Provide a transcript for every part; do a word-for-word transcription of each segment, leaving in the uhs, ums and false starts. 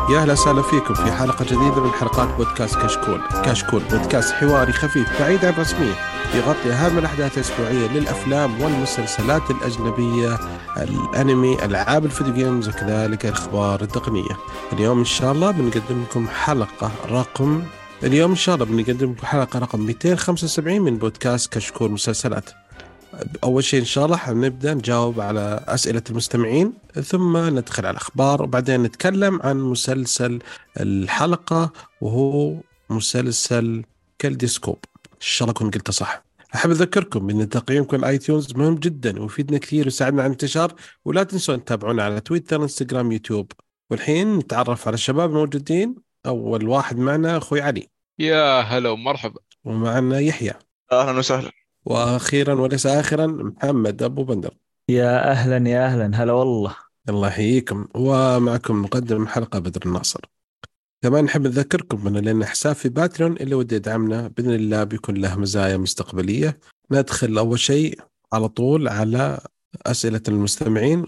يا أهلا وسهلا فيكم في حلقة جديدة من حلقات بودكاست كشكول. كشكول بودكاست حواري خفيف بعيد عن الرسمية، يغطي أهم الأحداث الأسبوعية للأفلام والمسلسلات الأجنبية، الأنمي، ألعاب الفيديو جيمز، وكذلك الأخبار التقنية. اليوم إن شاء الله بنقدم لكم حلقة رقم اليوم إن شاء الله بنقدم لكم حلقة رقم مئتين وخمسة وسبعين من بودكاست كشكول مسلسلات. أول شيء إن شاء الله حنبدأ نجاوب على أسئلة المستمعين، ثم ندخل على الأخبار، وبعدين نتكلم عن مسلسل الحلقة وهو مسلسل كالديسكوب. إن شاء الله كنت قلت صح. أحب أذكركم بأن تقييمكم على آيتونز مهم جدا ويفيدنا كثير ويساعدنا على الانتشار، ولا تنسوا تتابعونا على تويتر، انستغرام، يوتيوب. والحين نتعرف على الشباب الموجودين. أول واحد معنا أخوي علي، يا هلا ومرحبا. ومعنا يحيى، اهلا وسهلا. وأخيرا وليس آخرا محمد أبو بندر. يا أهلا يا أهلا هلا والله. الله يحييكم. ومعكم مقدم الحلقة بدر الناصر. كمان نحب نذكركم أن لنا حساب في باتريون، اللي ودي يدعمنا بإذن الله بيكون له مزايا مستقبلية. ندخل أول شيء على طول على أسئلة المستمعين،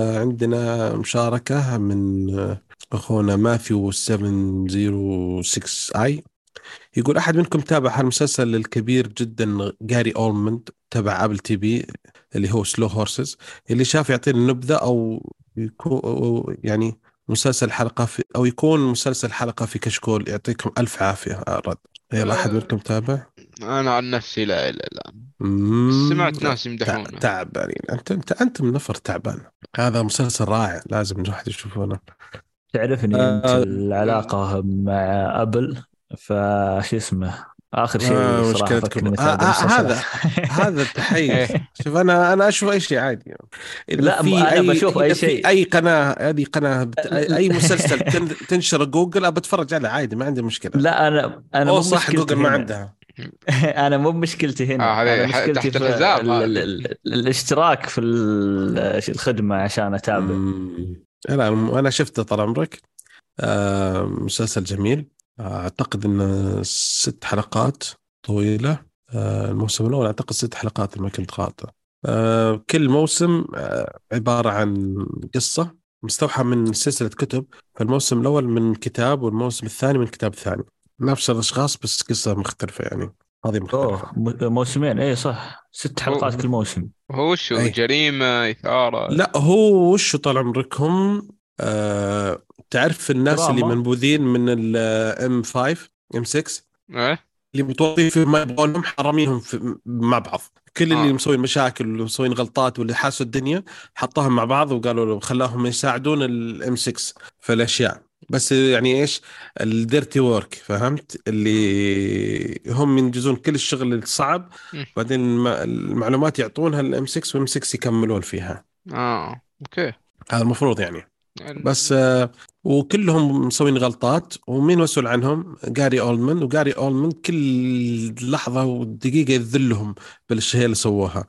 وعندنا مشاركة من أخونا ماثيو سبعة صفر ستة آي. يقول: أحد منكم تابع هالمسلسل الكبير جدا جاري أولموند تبع أبل تي بي اللي هو سلو هورسز؟ اللي شاف يعطينا نبذة، أو يكون يعني مسلسل حلقة في أو يكون مسلسل حلقة في كشكول. يعطيكم ألف عافية. رد يلا، أحد أه منكم تابع؟ انا عن نفسي لا لا لا، بس مم، سمعت ناس تع- يمدحونه. تعبانين. أنت أنت أنت من نفر تعبان. هذا مسلسل رائع، لازم الواحد يشوفونه. تعرفني أنت آه العلاقة مع أبل، فش اسمه آخر شيء آه صراحة مشكلتكم فكرني آه أتابع آه مسلسلات. هذا هذا التحيز. ايه. شوف، انا انا اشوف اي شيء عادي يعني. اذا لا م- في أنا اي بشوف أي اذا في شيء. اي قناه، هذه قناه بت... لا, اي مسلسل تن... تنشر جوجل، ابى اتفرج عليه عادي، ما عندي مشكله. لا أنا أنا او مو صح، جوجل مشكلتي ما هنا. عندها. أنا مو مشكلتي اه هنا، أنا هذه ح- مشكلتي تحت في الحزام ال ال هذه. ال الاشتراك في ال- الخدمة عشان أتابع. امم لا، انا شفته طال عمرك. آه مسلسل جميل. آه اعتقد انه ست حلقات طويله. آه الموسم الاول اعتقد ست حلقات ما كنت خاطئ. آه كل موسم آه عباره عن قصه مستوحى من سلسله كتب. فالموسم الاول من كتاب، والموسم الثاني من كتاب ثاني. نفس الاشخاص بس قصه مختلفه يعني. هذه مختلفه. أوه م- موسمين، إيه صح، ست هو حلقات كل موسم. هو شو اي، جريمة إثارة؟ لا هو وش طال عمركم. آه تعرف الناس اللي دراما. منبوذين من الام خمسة ام ستة، ايه. اللي متوظفين ما يبغونهم، حراميهم في مع بعض. كل اللي اه. مسوين مشاكل واللي مسوين غلطات واللي حاسوا الدنيا حطوهم مع بعض، وقالوا له خلاهم يساعدون الام ستة في الاشياء. بس يعني ايش الديرتي وورك، فهمت؟ مم. اللي هم ينجزون كل الشغل الصعب، مم. بعدين الم- المعلومات يعطونها الام ستة، والام ستة يكملون فيها. اه اوكي. هذا المفروض يعني. بس يعني آه، وكلهم مسوين غلطات. ومين مسؤول عنهم؟ جاري أولمان. وجاري أولمان كل لحظة ودقيقة يذلهم بالأشياء اللي سووها.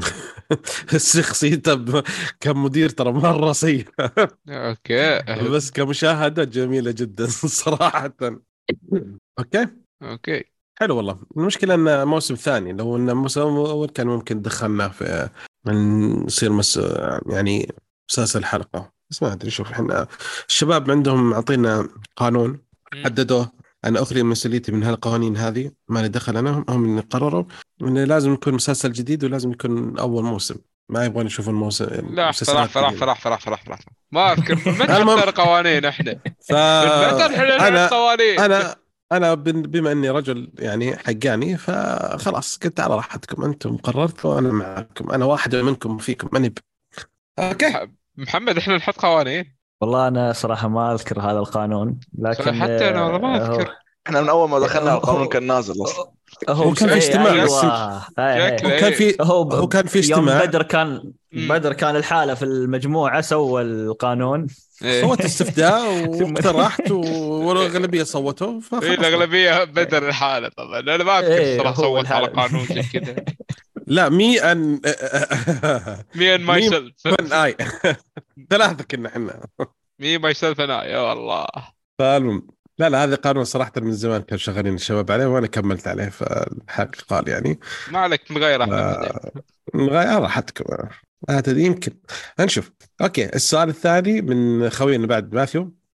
شخصيته ب- كمدير ترى مرة سيء. اوكي. بس كمشاهدة جميلة جدا صراحة. أوكي، اوكي. حلو والله. المشكلة أن موسم ثاني، لو أن موسم أول كان ممكن دخلنا في من يصير مس يعني مسلسل حلقة. بس ما أدري. شوف، إحنا الشباب عندهم عطينا قانون مم. حددوه. أنا أخلي مسؤوليتي من هالقوانين هذه، ما لي دخل. أنا هم هم اللي قرروا إنه لازم يكون مسلسل جديد، ولازم يكون أول موسم. ما يبغون يشوفون الموسم لا احفر المسلسلات احفر القديمة. احفر احفر احفر احفر احفر. ما اذكر من متى المهم، حطينا قوانين احنا. من متى احنا نحط فأنا قوانين؟ أنا أنا بن- بما إني رجل يعني حقاني، فخلاص قلت على راحتكم، أنتم قررتوا، أنا معكم، أنا واحد منكم فيكم، ماني ب... أوكي. مح- محمد احنا نحط قوانين. والله أنا صراحة ما أذكر هذا القانون، صراحة لكن حتى انا والله ما آه، هو اذكر. احنا من اول ما دخلنا هو القانون كان هو نازل اصلا. هو هو كان في شك ايه اجتماع شك بس. ايوه ايه شكله هو ايه. كان ايه. في هو هو ب- كان في يوم اجتماع. بدر كان امم. بدر كان الحالة في المجموعة سوى القانون. ايه. صوت استفتاء ثم واقترحت، والأغلبية صوتوا، ايه فخلصنا. الاغلبيه بدل الحاله طبعا، انا ما اذكر ايه الصراحه هو صوت على الحالة. قانون زي كذا. لا، مي أن مي ان ماي مي سيلف. من آي. ثلاثة كنا احنا. مي ماي سيلف انا يا والله. فالمهم، لا لا، هذا قانون صراحة من زمان كانوا شغالين الشباب عليه، وأنا كملت عليه، فالحق قال يعني. ما عليك نغير احنا بعدين. آه، نغير راحتكم. آه تدري، يمكن نشوف. أوكي، السؤال الثاني من خوينا بعد ماثيو.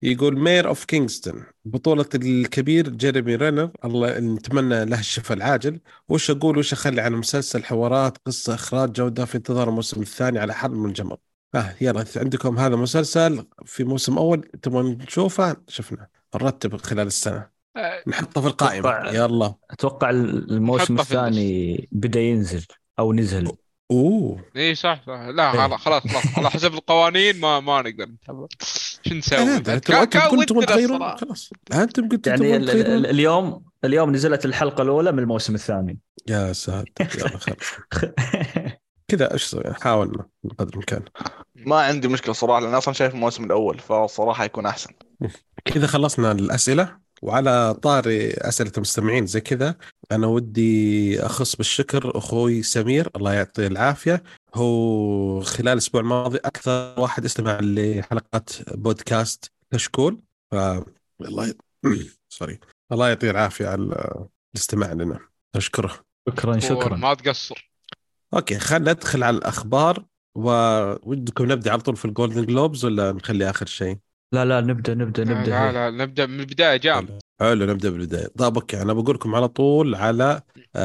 يقول مير اوف كينغستون بطولة الكبير جيريمي رينر، الله نتمنى له الشفاء العاجل. وش اقول وش اخلي عن مسلسل حوارات قصة اخراج جودة في انتظار الموسم الثاني على حرب من الجمر. اه يلا عندكم هذا مسلسل في موسم اول تبغون نشوفه، شفنا نرتب خلال السنة آه، نحطه في القائمة اتوقع يلا. اتوقع الموسم نحطه في الليست. الثاني بدأ ينزل او نزل. اوه اي صح, صح. لا ايه خلاص خلاص خلاص على حسب القوانين ما ما نقدر نتابع. شو إيه، نسوي ده بعد؟ انتم كان انتم كان كنتم ودنا تغيرون الصراحه. خلاص، انتم كنتم يعني تبغون ال- ال- ال- تغيرون. اليوم اليوم نزلت الحلقة الأولى من الموسم الثاني. يا ساتر يلا خلاص كذا ايش سوي؟ حاولنا بقدر الامكان. ما عندي مشكلة صراحة، لأن أصلا شايف الموسم الأول، فصراحة يكون أحسن. كذا خلصنا الأسئلة. وعلى طاري أسئلة المستمعين زي كذا، أنا ودي أخص بالشكر أخوي سمير الله يعطيه العافية. هو خلال الأسبوع الماضي أكثر واحد استمع لحلقات بودكاست كشكول. ف الله ي... سوري، الله يعطيه العافية على الاستماع لنا، أشكره. شكرا مشكور شكرا. ما تقصر. أوكي خلينا ندخل على الأخبار. وودكم نبدأ على طول في الجولدن جلوبز ولا نخلي آخر شيء؟ لا لا نبدأ نبدأ لا نبدأ لا, هي. لا نبدا من البدايه جام. حلو حلو، نبدأ بالبداية. طيب أوكي، أنا بقول لكم على طول على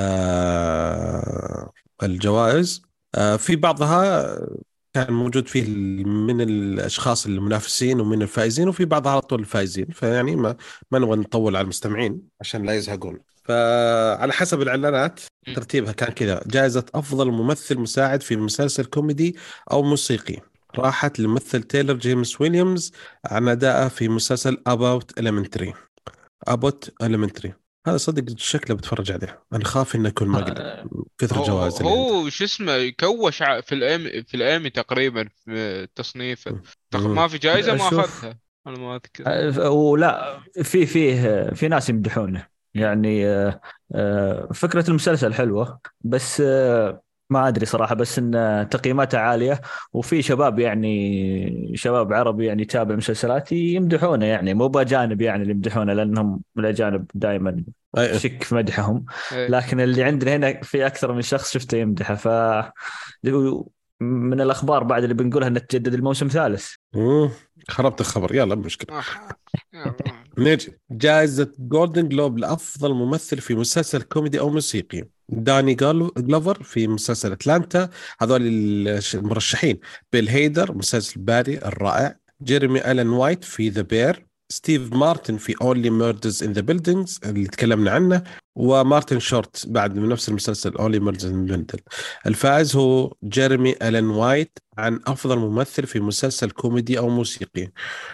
آه الجوائز. آه في بعضها كان موجود فيه من الأشخاص المنافسين ومن الفائزين، وفي بعضها على طول الفائزين، فيعني ما ما نبغى نطول على المستمعين عشان لا يزهقون. فعلى حسب الإعلانات ترتيبها كان كذا: جائزة أفضل ممثل مساعد في مسلسل كوميدي أو موسيقي راحت للممثل تايلر جيمس ويليامز عن أدائه في مسلسل About Elementary. About Elementary هذا صدق شكله بتفرج عليه، أنا خاف إنه يكون مقلب آه، كثر هو الجوائز اللي عنده. هو شو اسمه كوش ع- في الام في الامي تقريبا في التصنيف. تق- مم. ما في جائزه ما أشوف. اخذها. انا ما اذكر. آه، ولا في فيه في ناس يمدحونه يعني. آه، آه، فكرة المسلسل حلوة بس آه، ما أدري صراحة، بس إن تقييماتها عالية. وفي شباب يعني شباب عربي يعني يتابع مسلسلات يمدحونه، يعني مو بأجانب يعني اللي يمدحونه، لأنهم الأجانب دائما أي شك في مدحهم. إيه. لكن اللي عندنا هنا في أكثر من شخص شفته يمدحه. ف من الأخبار بعد اللي بنقولها أن تجدد الموسم الثالث. مم. خربت الخبر، يلا مشكلة. ما خلاص. يلا. نجي جائزة جولدن جلوب لأفضل ممثل في مسلسل كوميدي أو موسيقي: داني جالو- جلوفر في مسلسل أتلانتا، هذول الش- المرشحين: بيل هيدر مسلسل باري الرائع، جيريمي ألان وايت في ذا بير، ستيف مارتن في Only Murders in the Buildings اللي تكلمنا عنه، ومارتن شورت بعد من نفس المسلسل Only Murders in the Buildings. الفائز هو جيريمي ألان وايت عن أفضل ممثل في مسلسل كوميدي أو موسيقي.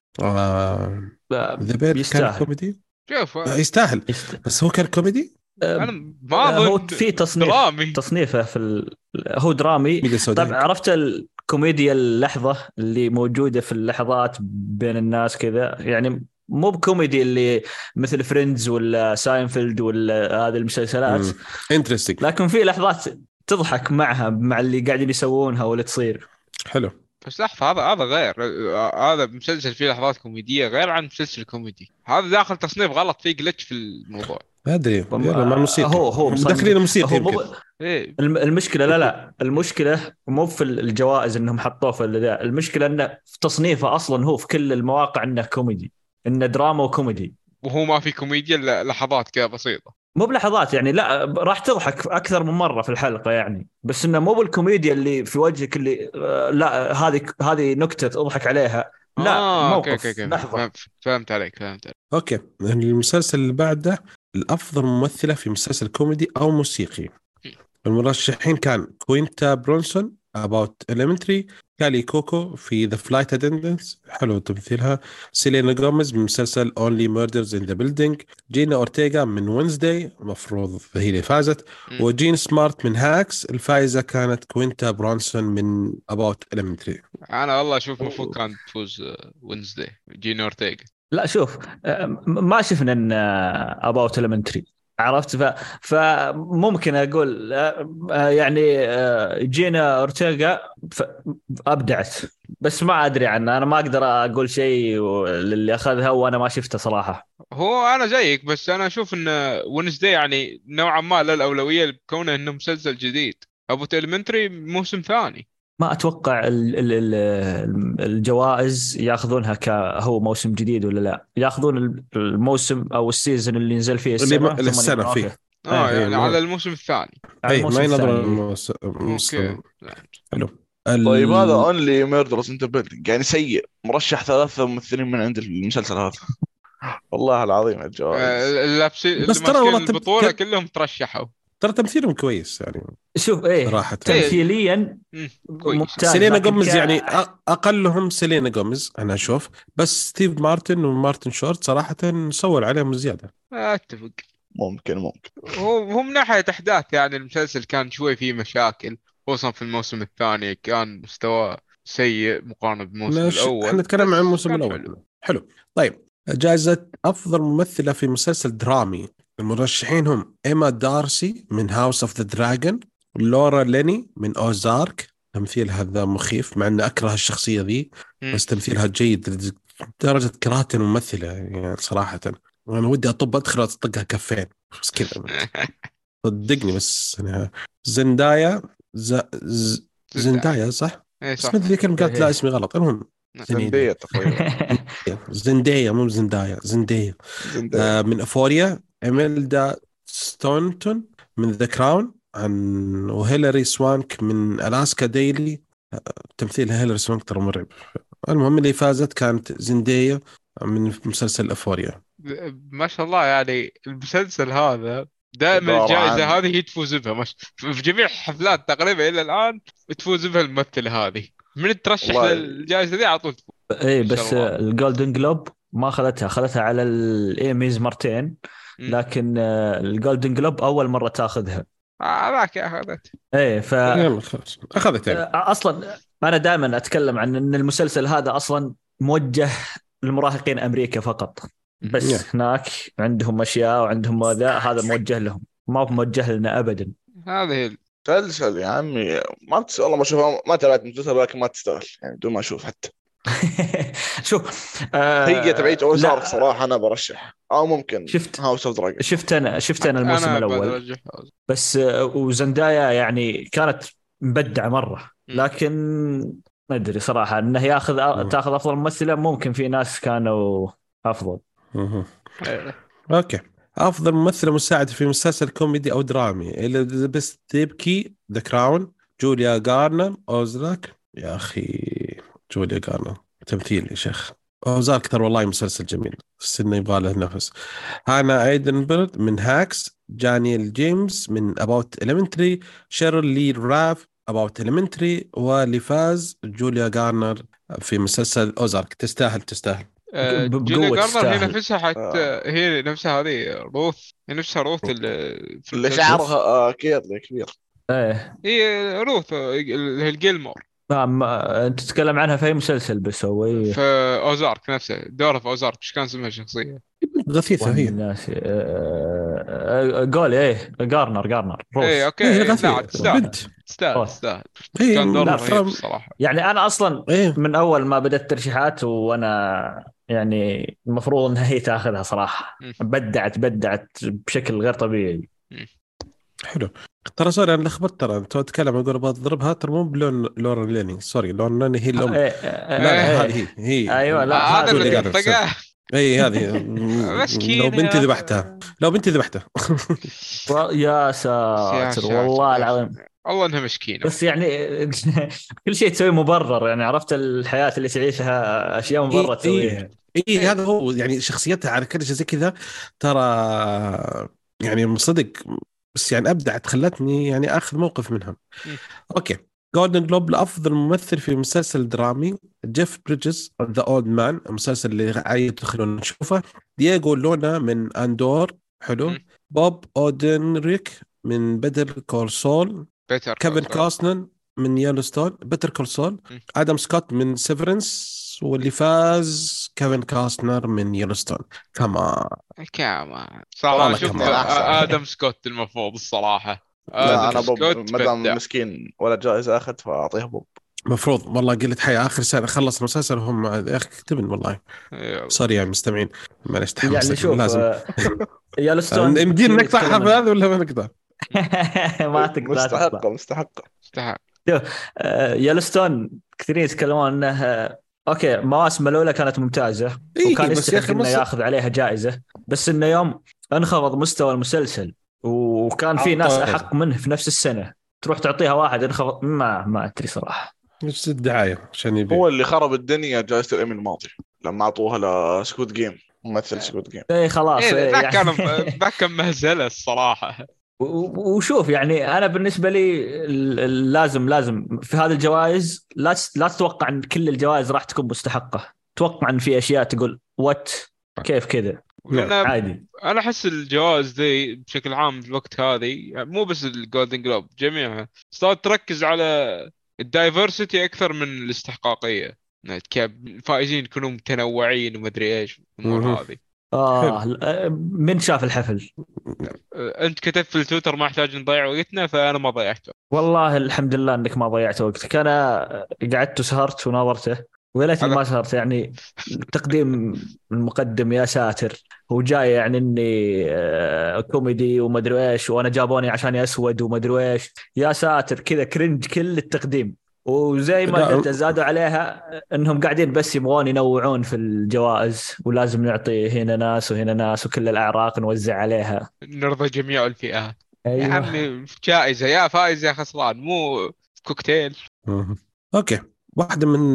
آه... ذا بير كان يستاهل. كوميدي. شوف آه، يستاهل. يست... بس هو كان كوميدي انا ما هو اظن في تصنيف درامي. تصنيفه في ال... هو درامي. ميديا طيب سوداء. عرفت الكوميديا اللحظة اللي موجودة في اللحظات بين الناس كذا يعني، مو بكوميدي اللي مثل فريندز ولا ساينفيلد ولا هذه المسلسلات، انترستنج. لكن في لحظات تضحك معها مع اللي قاعدين يسوونها ولا تصير. حلو. بس لحظة هذا هذا غير. هذا مسلسل فيه لحظات كوميدية غير عن مسلسل كوميدي. هذا داخل تصنيف غلط، فيه جلتش في الموضوع. ما ادري يلا مع الموسيقى هو هو هم مصنف. مدخلين الموسيقى هو مو يمكن. ايه الم- المشكلة لا لا المشكلة مو في الجوائز انهم حطوه في ذا، المشكلة انه في تصنيفه اصلا هو في كل المواقع انه كوميدي، انه دراما وكوميدي. وهو ما في كوميديا الا لحظات كذا بسيطة. مو بلحظات يعني، لا راح تضحك اكثر من مرة في الحلقة يعني، بس انه مو بالكوميديا اللي في وجهك اللي آه، لا هذه هذه نكتة اضحك عليها، لا اه اوكي اوكي موقف اوكي لحظة. فهمت, فهمت عليك فهمت عليك. اوكي المسلسل اللي بعده: الافضل ممثلة في مسلسل كوميدي او موسيقي. المرشحين كان كوينتا برونسون About Elementary، كالي كوكو في The Flight Attendants حلو تمثيلها، سيلينا غوميز من مسلسل Only Murders in the Building، جينا أورتيغا من Wednesday المفروض هي اللي فازت، م. وجين سمارت من هاكس. الفائزة كانت كوينتا برونسون من About Elementary. انا والله اشوف المفروض كانت تفوز وينزداي جينا اورتيغا. لا شوف آه، م- ما شفنا ان اباوت المنتري عرفت، ف... فممكن اقول آه، آه، يعني آه، جينا اورتيغا ف... ابدعت، بس ما ادري عنها، انا ما اقدر اقول شيء للي اخذها وانا ما شفته صراحه. هو انا زيك، بس انا اشوف ان وينزداي يعني نوعا ما له الاولويه بكونه انه مسلسل جديد. ابو تيلمنتري موسم ثاني. ما اتوقع ال- ال- ال- الجوائز ياخذونها كهو موسم جديد ولا لا، ياخذون ال- الموسم او السيزون اللي نزل فيه اللي م... السنه ثم السنه يضيفون فيه. فيه. اه ايه اي يعني على ما الموسم الثاني. على اي الموسم ما ينظر الثاني. الموس... اوكي. الموسم. لا. حلو. طيب هذا ال... اونلي ميردرز انت بيلدينج يعني سيء، مرشح ثلاثة ممثلين من عند المسلسل هذا. والله العظيم الجوائز. آه، اللابسين اللي بس ترى ماسكين والله تم... البطولة ك... كلهم ترشحوا. ترى تمثيلهم كويس يعني شوف ايه صراحه. تمثيليا مم، كويس. ممتاز، سيلينا لكن جوميز ك... يعني أ- اقلهم سيلينا جوميز انا اشوف، بس ستيف مارتن ومارتن شورت صراحه سووا عليهم زياده. اتفق. ممكن ممكن هو هو من ناحية أحداث يعني المسلسل كان شوي فيه مشاكل، خصوصا في الموسم الثاني كان مستواه سيء مقارنة بالموسم نش... احنا الأول، نتكلم عن بس الموسم كان الاول. حلو. حلو. طيب جائزه افضل ممثله في مسلسل درامي، المرشحين هم إيما دارسي من هاوس اوف ذا دراجون، لورا ليني من اوزارك، تمثيل هذا مخيف مع اني اكره الشخصيه ذي، مم. بس تمثيلها جيد درجه كراهه الممثله يعني صراحه. وانا ودي اطب ادخل اطقها كفين بس كذا صدقني. بس أنا زندايا ز... ز... زندايا صح؟ ايه بس صح. ما ادري كلمة قالت لا إيه. اسمي غلط. المهم زندية تقريبا. زندايا مو زندايا زندايا. زندية. آه من أفوريا إميلدا ستونتون من ذا كراون، عن وهيلاري سوانك من ألاسكا ديلي. آه تمثيلها هيلاري سوانك ترى مرعب. المهم اللي فازت كانت زندايا من مسلسل أفوريا. ما شاء الله يعني المسلسل هذا دائما عبارة الجائزة عن هذه هي تفوز بها، مش في جميع الحفلات تقريبا إلى الآن تفوز بها الممثلة هذه، من ترشح والله للجائزة دي على طول تفوز. ايه ما شاء بس الله. الجولدن جلوب ما اخذتها، اخذتها على الايميز مرتين، مم. لكن الجولدن جلوب اول مره تاخذها. هذاك اخذت. ايه ف يلا خلاص أخذت يعني. اصلا انا دائما اتكلم عن ان المسلسل هذا اصلا موجه لمراهقين امريكا فقط، بس نعم. هناك عندهم اشياء وعندهم هذا هذا موجه لهم، ما هو موجه لنا ابدا. هذه هي. مسلسل يا عمي ما تس... والله ما اشوفها، ما تابعت مسلسل لكن ما تستاهل يعني بدون ما اشوف حتى. شوف آه هي تبعيت اوزارك لا، صراحه انا برشح، او ممكن شفت هاوس اوف دراجون. شفت انا شفت انا الموسم انا الاول برجح. بس، آه، وزندايا يعني كانت مبدعه مره، مم. لكن ما ادري صراحه انه ياخذ مم. تاخذ افضل ممثله، ممكن في ناس كانوا افضل. مهم. إيه. اوكي. افضل ممثله مساعده في مسلسل كوميدي او درامي، اليزابيث تيبكي ذا كراون، جوليا غارنر اوزراك. يا اخي جوليا غارنر تمثيل يا شيخ. اوزارك ترى والله مسلسل جميل بس انه يبغى له نفس. هانا ايدنبرغ من هاكس، جانيال جيمس من اباوت اليمنتري، شيرل لي راف اباوت اليمنتري، واللي فاز جوليا غارنر في مسلسل اوزارك. تستاهل تستاهل. آه، ب- جوليا بقوه جاردر هي تستاهل. نفسها حتى آه. هي نفسها هذه روث، هي نفسها روث اللي في اللي المسلسل. شعرها آه كبير كبير. ايه هي روث آه، اللي هي الجيلمور ما ما انت تتكلم عنها في أي مسلسل بس هو إيه؟ في اوزارك نفسه، دوره في اوزارك ايش كان اسمها الشخصيه؟ غثيثه وهم هي. الناس آه، آه، قول ايه جارنر جارنر روس. ايه اوكي. هي إيه، لا غثيثه تستاهل بنت. تستاهل روث. تستاهل. هي كان دور لا، رهيب فرم. الصراحه. يعني انا اصلا ايه من اول ما بدات الترشيحات وانا يعني المفروض انها هي تاخذها صراحه، مم. بدعت بدعت بشكل غير طبيعي. حلو. ترى سوري انا لخبطت، ترى تو اتكلم اقول بضربها ترى مو بلون لورا ليني، سوري لورا ليني هي الام. إيه، لا إيه، لا إيه. هذه هي هي ايوه لا آه، هذا جولي اللي جارنر. طقاه. اي هذه مسكين لو بنتي يا ذبحتها، لو بنتي ذبحتها. و- يا يا ساتر ساتر والله يا العظيم. ساتر. والله انها مسكينه. بس يعني كل شيء تسوي مبرر، يعني عرفت الحياه اللي تعيشها اشياء مبرر اي تسويها. اي اي هذا هو يعني شخصيتها على كل شيء زي كذا ترى، يعني صدق. بس يعني ابدعت خلتني يعني اخذ موقف منها. مم. اوكي. جولدن جلوب لأفضل ممثل في مسلسل درامي، جيف بريدجز ذا اولد مان، المسلسل اللي عايز تدخلون نشوفه. دييغو لونا من اندور، حلو. مم. بوب اودنريك من بيتر كول سول، بيتر كيفن كول سول. كاستنر من يellowstone بيتر كول سول، مم. ادم سكوت من سيفرنس، واللي فاز كيفن كاستنر من يellowstone. كمان كمان صراحه والله شوف كمان. آه، ادم سكوت المفروض الصراحه. لا ادم انا بوب سكوت ما دام بدع. مسكين ولا جائزه اخذ فاعطيه بوب. مفروض والله قلت حياة آخر سنة خلص المسلسل وهم يا أخي اكتبن والله. يلا. سوري يا مستمعين معلش تحمست يعني شوف لازم آه، يellowstone ندير نقطع حرف هذا ولا ما نقدر؟ ما تقدر تقطع. مستحقه مستحقه. استحق. يلستون كثيرين يتكلمون انه آه، اوكي مواسم الاولى كانت ممتازه إيه وكان بس يا يستحق أخي انه مص... ياخذ عليها جائزه، بس انه يوم انخفض مستوى المسلسل وكان في ناس عطل. احق منه في نفس السنه تروح تعطيها واحد انخفض، ما ما ادري صراحه. مش الدعاية عشان يبيع. هو اللي خرب الدنيا جائزة الإيمي الماضي لما أعطوها لسكوت جيم، ممثل سكوت جيم. ايه خلاص إيه إيه ذاك يعني. كان ذاك كان مهزلة الصراحة. و- وشوف يعني انا بالنسبه لي ال- ال- لازم لازم في هذه الجوائز لا تس- لا تتوقع ان كل الجوائز راح تكون مستحقه، توقع ان في اشياء تقول وات كيف كذا لأن عادي. أنا أحس الجوائز ذي بشكل عام في الوقت هذه يعني مو بس الجولدن جلوب جميعها صارت تركز على الدايفرسيتي أكثر من الاستحقاقية، يعني كيف الفائزين يكونوا متنوعين ومدري إيش الأمور مهم. هذه. اه من شاف الحفل؟ أنت كتبت في التويتر ما يحتاج نضيع وقتنا، فأنا ما ضيعته. والله الحمد لله انك ما ضيعت وقتك، انا قعدت وسهرت وناظرته وليتني هذا ما سهرت يعني. تقديم المقدم يا ساتر، هو جاي يعني اني آه، كوميدي ومدري ايش وانا جابوني عشان اسود ومدري ايش، يا ساتر كذا كرنج كل التقديم. وزي ما لا قلت زادوا عليها انهم قاعدين بس يبغون ينوعون في الجوائز، ولازم نعطي هنا ناس وهنا ناس وكل الاعراق نوزع عليها. نرضى جميع الفئات يا ايوه عمي، جائزة يا فائز يا خسران، مو كوكتيل. مهم. اوكي، واحدة من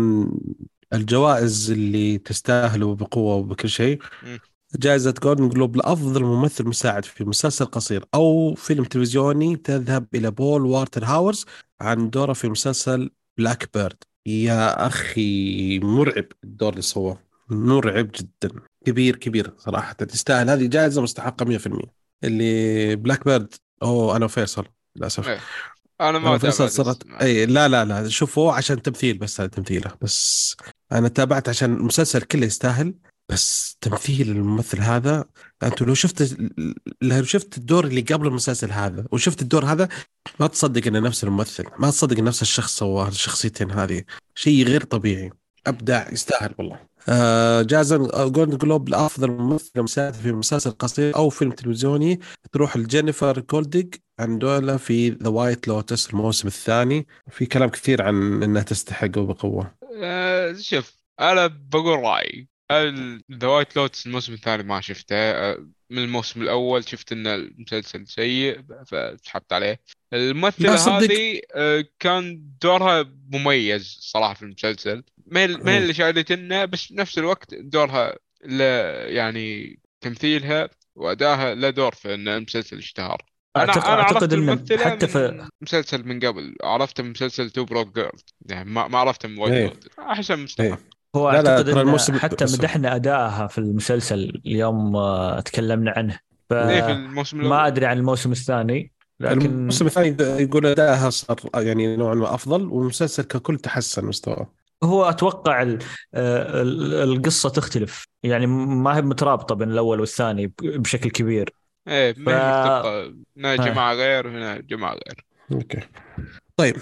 الجوائز اللي تستاهل وبقوة وبكل شيء مم. جائزة جولدن جلوب لأفضل ممثل مساعد في مسلسل قصير أو فيلم تلفزيوني تذهب إلى بول وارتر هاورز عن دوره في مسلسل بلاك بيرد. يا أخي مرعب الدور اللي سواه، مرعب جدا، كبير كبير صراحة، تستاهل هذه جائزة مستحقة مية بالمية. اللي بلاك بيرد أوه أنا وفيصل للأسف. إيه. انا ما أنا وفيصل تابعت صرت اسمع. أي لا لا لا شوفوا عشان تمثيل، بس هذا تمثيله بس. أنا تابعت عشان المسلسل كله يستاهل، بس تمثيل الممثل هذا، أنت لو شفت لو شفت الدور اللي قبل المسلسل هذا وشفت الدور هذا ما تصدق إنه نفس الممثل، ما تصدق إن نفس الشخص سوى الشخصيتين هذه، شيء غير طبيعي، أبدع، يستاهل والله. آه جائزة جولدن جلوب لأفضل ممثل مساعد في مسلسل قصير أو فيلم تلفزيوني تروح لجينيفر جولديج عن دولة في ذا وايت لوتس الموسم الثاني. في كلام كثير عن إنها تستحق وبقوة. أه شوف انا بقول رايي، ذا وايت لوتس الموسم الثاني ما شفته. أه من الموسم الاول شفت ان المسلسل سيء فسحبت عليه. لا الممثلة صدق. هذه أه كان دورها مميز صراحة في المسلسل، ما هي ما هي اللي شايلتنا، بس بنفس الوقت دورها لا يعني تمثيلها وأداها لا دور في ان المسلسل اشتهر. انا اعتقد انا عرفت اعتقد ان الممثله حتى في من مسلسل من قبل، عرفته من مسلسل تو بروك جيرل، يعني ما ما عرفته من وايت إيه لوتس. احسن مستحق. إيه هو لا لا اعتقد ترى ان الموسم حتى أسف. مدحنا ادائها في المسلسل اليوم آه، تكلمنا عنه، ايه في فما الموسم الاول. ادري عن الموسم الثاني لكن الموسم الثاني يقول أداءها صار يعني نوعا ما أفضل، والمسلسل ككل تحسن مستواه. هو اتوقع ال- آه، ال- القصه تختلف يعني ما هي مترابطه بين الاول والثاني ب- بشكل كبير. ايه ف ما هي مرتبطه، هنا ها. جماعه غير وهنا جماعه غير. أوكي طيب،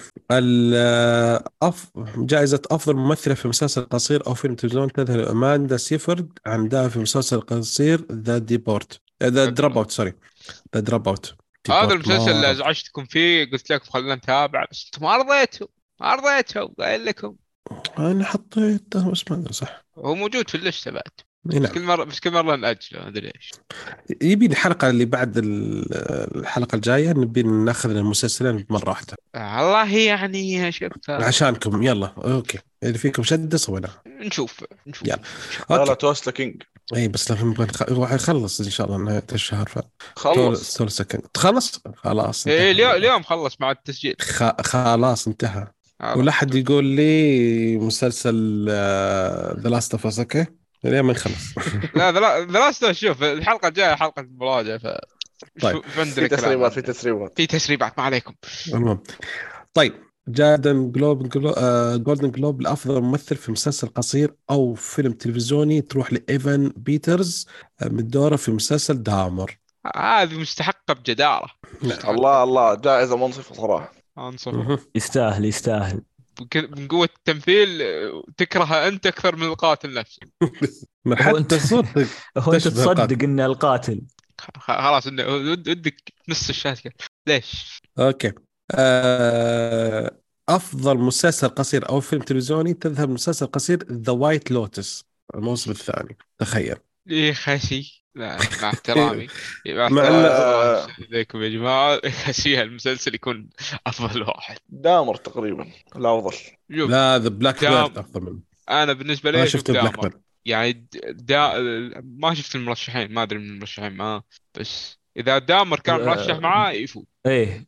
ال- أف... جائزة أفضل ممثلة في مسلسل قصير أو فيلم تلفزيون تذهب أماندا سيفرد عن دورها في مسلسل قصير ذا ديبورت ذا دروب أوت سوري ذا دروب أوت. هذا المسلسل اللي ازعجتكم فيه قلت لكم خلينا نتابع، بس انتم ما رضيتوا ما رضيتوا قايل لكم. أنا حطيته بس ما أدري صح. هو موجود في الليسته بعد، إي بس نعم. كل مره بس كل مره ناجله ما ادري ليش. يبي الحلقة اللي بعد ال- الحلقة الجاية نبي ناخذ المسلسلين مرة واحدة والله يعني شوف عشانكم. يلا أوكي، اللي فيكم شد سوينا. نشوف نشوف يلا لا لا أوكي. توست كينج اي بس لما نبغى نخ... هو حيخلص ان شاء الله نهاية الشهر ف خلص. ثلث سكند تخلص خلاص انتهى. ايه اليوم اليوم خلص مع التسجيل. خ... خلاص انتهى. خلاص. ولا حد يقول لي مسلسل ذا لاست اوف اس اوكي اليوم ما يخلص. لا لا لا شوف الحلقه الجايه حلقه مراجعه ف طيب. شو- عندنا في كلام تسريبات في عنه. تسريبات في تسريبات ما عليكم. المهم طيب، جاردن جلوب جولدن جلوب لأفضل ممثل في مسلسل قصير أو فيلم تلفزيوني تروح لإيفان بيترز آه، من دوره في مسلسل دامر. هذه مستحقه بجداره. نعم. الله الله جائزة منصفة صراحة. انصف مهم. يستاهل يستاهل. من قوه التمثيل آه، تكرهه انت اكثر من القاتل نفسه. من هو حتى أنت- صوتك هو انت تشبه القاتل. تصدق ان القاتل خ- خلاص انه ود- ودك نص الشاشه ليش؟ اوكي. آه... افضل مسلسل قصير او فيلم تلفزيوني تذهب مسلسل قصير ذا وايت لوتس الموسم الثاني. تخيل. إيه خسي، لا مع احترامي، مع مع احترامي ان الله آه، عليكم يا جماعة، خسيها المسلسل يكون أفضل واحد. دامر تقريبا الافضل. شوف، لا ذا بلاك بيرد دام افضل منه. أنا بالنسبة ما لي أشوف شفت بلاك دامر. بيرد. يعني د- دا ما شفت المرشحين، ما أدري من المرشحين ما، بس إذا دامر كان مرشح آه، معاه يفوز. ايه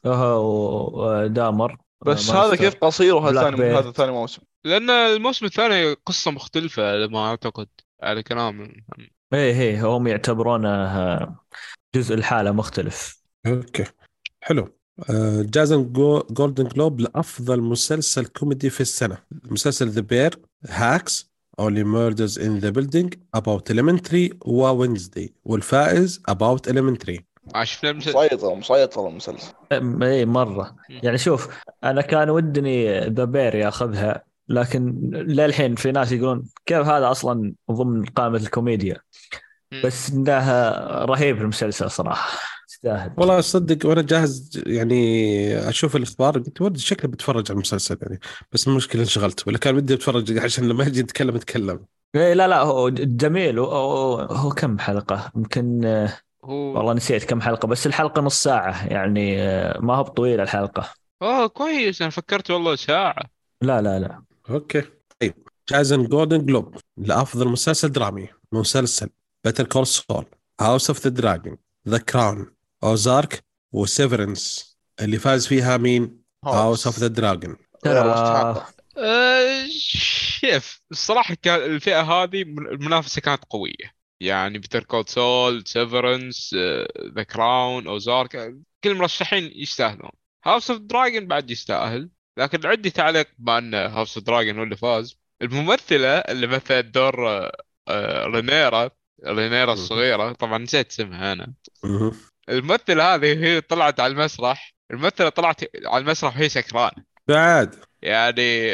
هو دامر، آه، بس هذا كيف مانستر، قصير وهذا بلاك ثاني هذا بيرد. ثاني موسم؟ لأن الموسم الثاني قصة مختلفة لما أعتقد، على كلام. ايه ايه هم يعتبرونه آه، جزء الحالة مختلف. اوكي حلو. آه، جائزة جو- جولدن جلوب لأفضل مسلسل كوميدي في السنة مسلسل ذا بير، هاكس، Only Murders in the Building, About Elementary ووينزداي، والفائز About Elementary. آه، شفنا المسلسل. مسيطر مسيطر المسلسل. أم- ايه مرة. يعني شوف، انا كان ودني ذا بير ياخذها، لكن للحين في ناس يقولون كيف هذا اصلا ضمن قائمة الكوميديا. بس انه رهيب المسلسل صراحة، يستاهل. والله أصدق وأنا جاهز يعني أشوف الأخبار قلت ودي شكله بتفرج على المسلسل يعني، بس المشكلة انشغلت، ولا كان بدي أتفرج عشان لما يجي يتكلم أتكلم. إيه لا لا، هو جميل. هو, هو هو كم حلقة يمكن، آه، هو والله نسيت كم حلقة، بس الحلقة نص ساعة يعني، آه، ما هو طويلة الحلقة. اه كويس، انا فكرت والله ساعة. لا لا لا. أوكي طيب. جائزة جولدن جلوب لأفضل مسلسل درامي مسلسل بيتر كول سول، هاوس اوف ذا دراجون، ذا كراون، اوزارك، وسيفرنس. اللي فاز فيها مين؟ هاوس اوف هاوس. ذا دراجون. غير ترى مستحقة. أه شيف الصراحة، كان الفئة هذه من- المنافسة كانت قوية. يعني بيتر كول سول، سيفرنس، ذا كراون، اوزارك، كل المرشحين يستاهلون. هاوس اوف دراجون بعد يستاهل، لكن عندي تعليق بأن هاوس اوف دراجون هو اللي فاز. الممثلة اللي مثلت دور آه، آه، رينيرا، رينيرا مهم. الصغيرة، طبعا نسيت اسمها أنا. مهم. الممثلة هذه هي طلعت على المسرح، الممثلة طلعت على المسرح وهي سكرانة بعد يعني.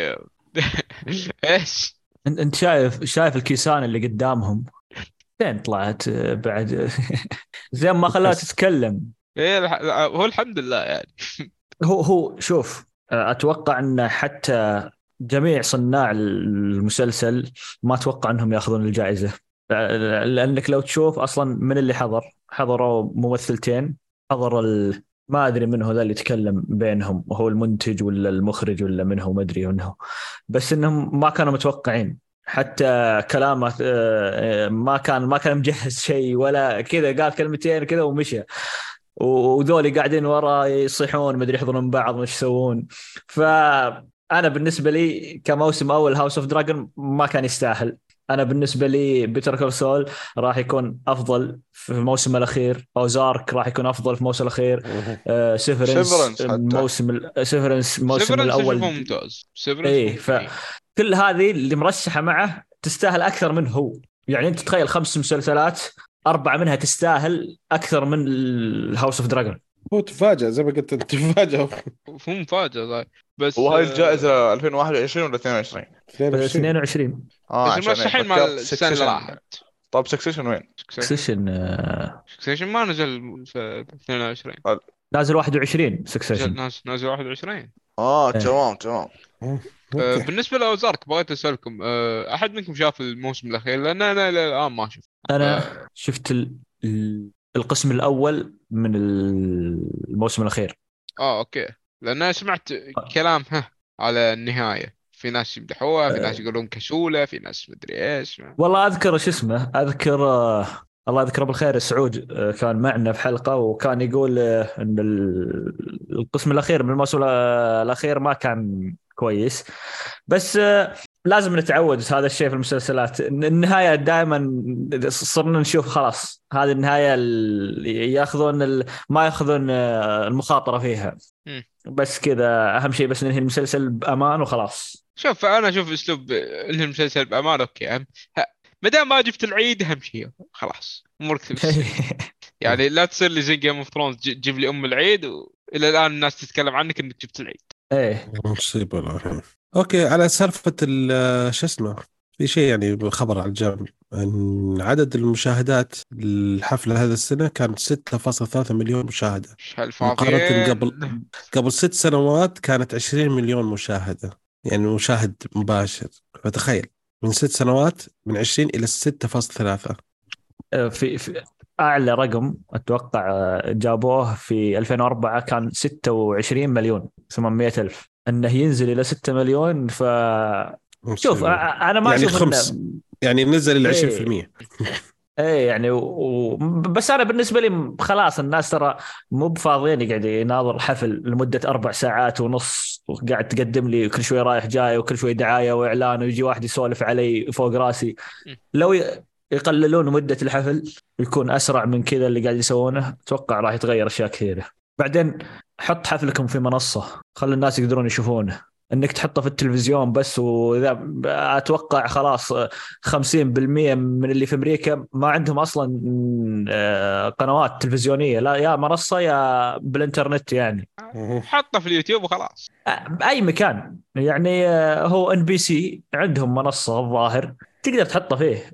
ايش؟ انت أنت شايف شايف الكيسان اللي قدامهم فين طلعت، آه، بعد زين ما خلاها بس تتكلم. هي الح... هو الحمد لله يعني. هو هو شوف، آه، اتوقع ان حتى جميع صناع المسلسل ما اتوقع انهم ياخذون الجائزة، آه، لانك لو تشوف اصلا من اللي حضر، حضروا ممثلتين، حضر ال... ما ادري من هو ذا اللي يتكلم بينهم، وهو المنتج ولا المخرج ولا من هو، ما ادري منه. بس انهم ما كانوا متوقعين، حتى كلامه آه، آه، ما كان ما كان مجهز شيء ولا كذا، قال كلمتين كذا ومشى، وذولي قاعدين ورا يصيحون ما ادري يحضرون بعض ما يسوون. فانا بالنسبه لي كموسم اول هاوس اوف دراجون ما كان يستاهل. انا بالنسبه لي بيتر كول سول راح يكون افضل في الموسم الاخير، اوزارك راح يكون افضل في الموسم الاخير، مهم. آه سيفرنس سيفرنس حتى. الموسم سيفرنس الموسم سيفرنس اشوفه الاول. ممتاز، سيفرنس ايه، ممتازين. فكل هذه اللي مرشحه معه تستاهل اكثر منه هو. يعني انت تتخيل خمس مسلسلات، اربعه منها تستاهل اكثر من الهاوس اوف دراجون. هو تفاجأ زي ما قلت انت تفاجأ. هو مفاجأة صحيح. بس وهاي آه، الجائزة ألفين وواحد وعشرين ولا اثنين وعشرين؟ اثنين وعشرين. اثنين وعشرين. اه بس عشان إيه المرشحين مال فكرت السنة اللي سكسيشن. راحت. طب سكسيشن وين؟ سكسيشن سكسيشن ما نزل في اثنين وعشرين، نازل واحد وعشرين نزل سكسيشن. ناس نازل واحد وعشرين. اه إيه. تمام تمام. مم. آه، اوكي. بالنسبة لأوزارك بغيت أسألكم، آه، أحد منكم شاف الموسم الأخير؟ لأن أنا إلى الآن ما شفت. انا آه، شفت ال- ال- القسم الاول من الموسم الاخير. اه اوكي، لان انا سمعت كلام ها على النهايه، في ناس يمدحوها، في ناس يقولون كسوله، في ناس مدري ايش. والله اذكر شو اسمه، اذكر آه، الله يذكره بالخير سعود، آه، كان معنا في حلقه وكان يقول آه، ان ال- القسم الاخير من الموسم الاخير ما كان كويس. بس آه، لازم نتعود هذا الشيء في المسلسلات، إن النهايه دائما صرنا نشوف خلاص هذه النهايه اللي ياخذون ال- ما ياخذون آه، المخاطره فيها. مم. بس كذا اهم شيء، بس ننهي المسلسل بامان وخلاص. شوف انا اشوف اسلوب انهي المسلسل بامان اوكي، أهم ما دام ما جبت العيد اهم شيء خلاص امورك تمشي. يعني لا تصير لي زي جيم اوف ثرونز، جيب لي ام العيد والى الان الناس تتكلم عنك انك جبت العيد. ايه مصيبة والله. اوكي على سالفة ال- شو اسمه في شيء يعني خبر على الجانب أن عدد المشاهدات الحفلة هذا السنة كانت ستة فاصلة ثلاثة مليون مشاهدة، ايش مقارنة هالفاضيين. قبل قبل ست سنوات كانت عشرين مليون مشاهدة، يعني مشاهد مباشر. فتخيل من ست سنوات من عشرين إلى ستة فاصلة ثلاثة. آه، في, في اعلى رقم اتوقع آه، جابوه في ألفين وأربعة كان ستة وعشرين مليون وثمانمئة الف، انه ينزل الى ستة مليون. ف شوف، آه، انا ما يعني اشوف الخمس، انه يعني نزل إلى عشرين في ايه المية. ايه يعني و... و... بس انا بالنسبه لي خلاص، الناس ترى مو بفاضيين يقعد يناظر حفل لمده اربع ساعات ونص وقاعد تقدم لي كل شوي رايح جاي وكل شوي دعايه واعلان ويجي واحد يسولف علي فوق راسي. لو ي... يقللون مده الحفل يكون اسرع من كذا اللي قاعد يسوونه، اتوقع راح يتغير اشياء كثيره. بعدين حط حفلكم في منصه، خلي الناس يقدرون يشوفونه. انك تحطه في التلفزيون بس، واذا اتوقع خلاص خمسين بالمئة من اللي في امريكا ما عندهم اصلا آه، قنوات تلفزيونيه، لا يا منصه يا بالانترنت يعني. حطه في اليوتيوب وخلاص. آه، باي مكان يعني. آه، هو ان بي سي عندهم منصه الظاهر تقدر تحطه فيه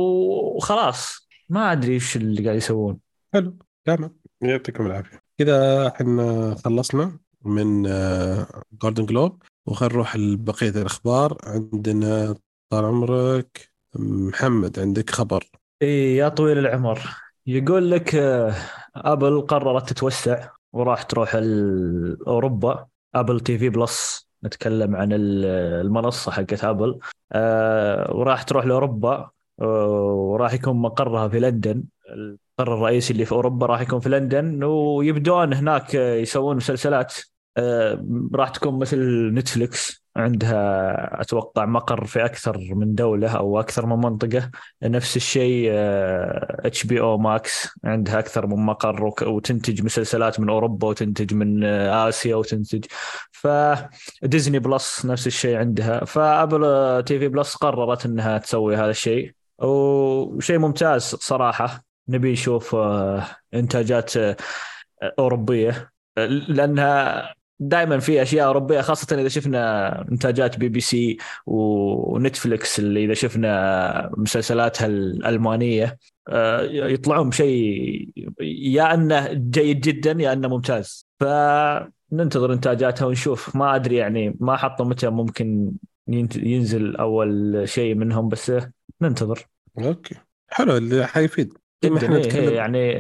وخلاص. ما ادري ايش اللي قاعد يسوون. حلو، تمام، يعطيكم العافية. كذا احنا خلصنا من جولدن جلوب، وخلينا نروح لبقية الأخبار. عندنا طال عمرك محمد، عندك خبر؟ ايه يا طويل العمر، يقول لك آه، ابل قررت تتوسع وراح تروح ال- اوروبا. ابل تي في بلس، نتكلم عن ال- المنصه حقت ابل. آه، وراح تروح لاوروبا. آه، وراح يكون مقرها في لندن. المقر الرئيسي اللي في اوروبا راح يكون في لندن، ويبدون هناك آه، يسوون مسلسلات. آه، راح تكون مثل نتفليكس، عندها اتوقع مقر في اكثر من دوله او اكثر من منطقه. نفس الشيء اتش بي او ماكس عندها اكثر من مقر، وك- وتنتج مسلسلات من اوروبا وتنتج من آه، اسيا وتنتج. فديزني بلس نفس الشيء عندها. فابل آه، تي في بلس قررت انها تسوي هذا الشيء، وشيء ممتاز صراحه. نبي نشوف آه، انتاجات آه، اوروبيه، آه، لانها دائما في اشياء اوروبيه، خاصه اذا شفنا انتاجات بي بي سي ونتفليكس، اللي اذا شفنا مسلسلاتها الالمانيه آه، يطلعون بشيء يا انه جيد جدا يا انه ممتاز. فننتظر انتاجاتها ونشوف. ما ادري يعني، ما حطوا متى ممكن ينت- ينزل اول شيء منهم، بس ننتظر. اوكي، حلو، اللي حيفيد. لما جدا احنا ايه إيه، نتكلم يعني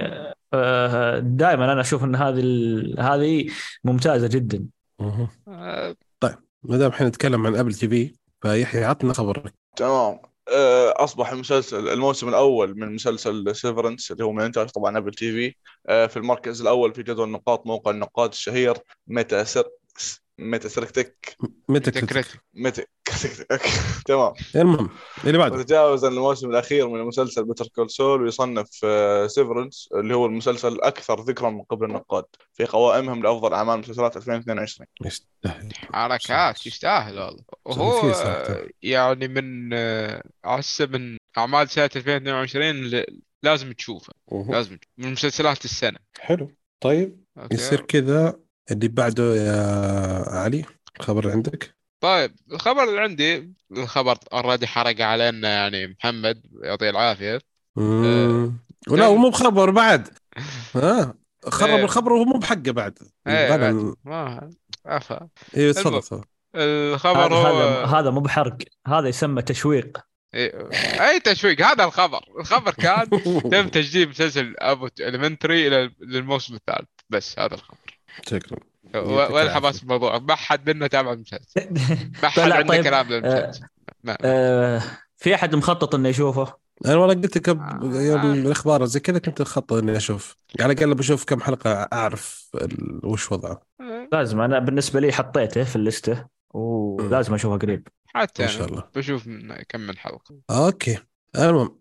دائما انا اشوف ان هذه ال- هذه ممتازه جدا. مه. آه، طيب، ما دام احنا نتكلم عن ابل تي في، فيحيى عطنا خبرك. تمام. آه، أصبح المسلسل الموسم الأول من مسلسل سيفرنس اللي هو من إنتاج طبعا أبل تي في آه، في المركز الأول في جدول النقاط موقع النقاد الشهير ميتا سر ميتا سيركتك متى انت كريتيك؟ كريتيك. ميتا تمام. المهم اللي بعده. وتجاوز الموسم الأخير من المسلسل بيتر كول سول، ويصنف سيفرنس اللي هو المسلسل الأكثر ذكرا من قبل النقاد في قوائمهم لأفضل أعمال مسلسلات ألفين واثنين وعشرين. يستاهل حركات يستاهل والله. مسوي وهو فيه صراحة. آه، يعني من آه، أحسه من أعمال سنة ألفين واثنين وعشرين اللي لازم تشوفه. مه. لازم تشوفه. من مسلسلات السنة. حلو. طيب يصير أوكي. كذا، اللي بعده يا علي، الخبر اللي عندك. طيب الخبر اللي عندي، الخبر اوريدي حرق علينا يعني محمد يعطيه العافية. أه مم. ولا هو تم. مو بخبر بعد، ها، خرب ايه الخبر وهو مو بحقه بعد، ايه بعد يبغانا. ما عفا. ايه تفضل المهم تفضل. الخبر هذا هو هذا هذا مو بحرق، هذا يسمى تشويق. إيه، اي تشويق. هذا الخبر. الخبر كان تم تجديد مسلسل ابو اليمنتري الى للموسم الثالث. بس هذا الخبر. شكرا، و- يعطيك وين العافية. حماس الموضوع؟ ما حد منا تابع المسلسل. ما حد طلع عنده طيب. كلام آه للمسلسل. ما ما. آه في احد مخطط انه يشوفه؟ انا والله قلت لك ب- يوم آه. الاخبار زي كذا كنت اخطط اني اشوف، على الاقل بشوف كم حلقة اعرف ال- وش وضعه. آه. لازم. انا بالنسبه لي حطيته في الليسته مم. ولازم اشوفه قريب. حتى ان انا شاء الله. بشوف من كم من حلقة. اوكي، المهم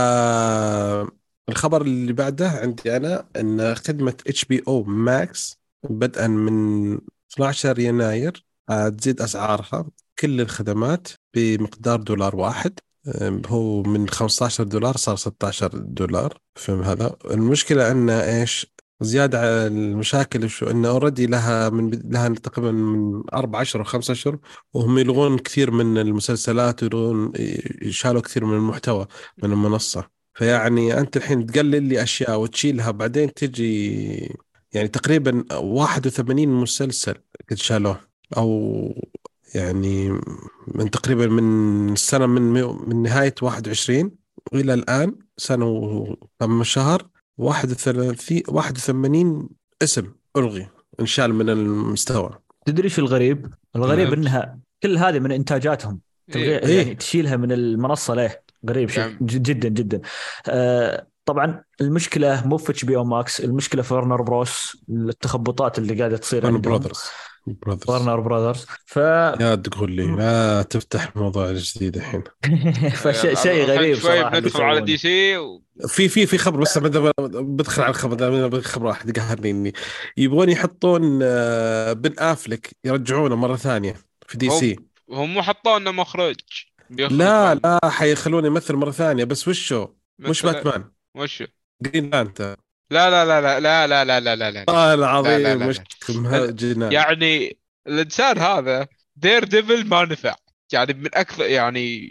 فالخبر اللي بعده عندي انا ان خدمة اتش بي او ماكس بدءا من اثنا عشر يناير تزيد اسعارها كل الخدمات بمقدار دولار واحد. أم، هو من خمسة عشر دولار صار ستة عشر دولار. فهم هذا المشكلة ان ايش زيادة على المشاكل شو انه اوريدي لها من لها تقريبا من اربع اشهر او خمس اشهر، وهم يلغون كثير من المسلسلات ويلغون، يشالوا كثير من المحتوى من المنصة. فيعني انت الحين تقلل لي اشياء وتشيلها، بعدين تجي يعني تقريبا واحد وثمانين مسلسل قد شالوه، او يعني من تقريبا من السنة من من نهاية واحد وعشرين وإلى الآن سنة وكم شهر، واحد وثلاثين واحد وثمانين اسم ألغي، انشال من المستوى. تدري شو الغريب؟ الغريب نعم. انها كل هذه من انتاجاتهم تلغي، إيه. يعني إيه تشيلها من المنصه. ليه؟ غريب شيء يعني ج- جدا جدا. آه طبعا المشكله مو في اتش بي او ماكس، المشكله في ورنر بروس، التخبطات اللي قاعده تصير ون عندهم. براذرز براذرز ورنر براذرز ف يا تقول لي لا تفتح موضوع جديد الحين. فشيء شيء الحين غريب شوي صراحه اللي بندخل على يسوونه. دي سي و... في في في خبر بس بدل بدخل على الخبر ده، خبر واحد قهرني اني يبغون يحطون آه، بن افلك يرجعونه مره ثانيه في دي هم سي. هم حطوا لنا مخرج بيخرج لا بعد لا حيخلونه يمثل مره ثانيه، بس وشو مش مثل باتمان، وش. جرين لانترن. لا لا لا لا لا لا لا لا لا لا والله لا لا العظيم لا مش لا مه- ال- جنان. يعني الانسان هذا دير ديفل ما نفع، يعني من اكثر يعني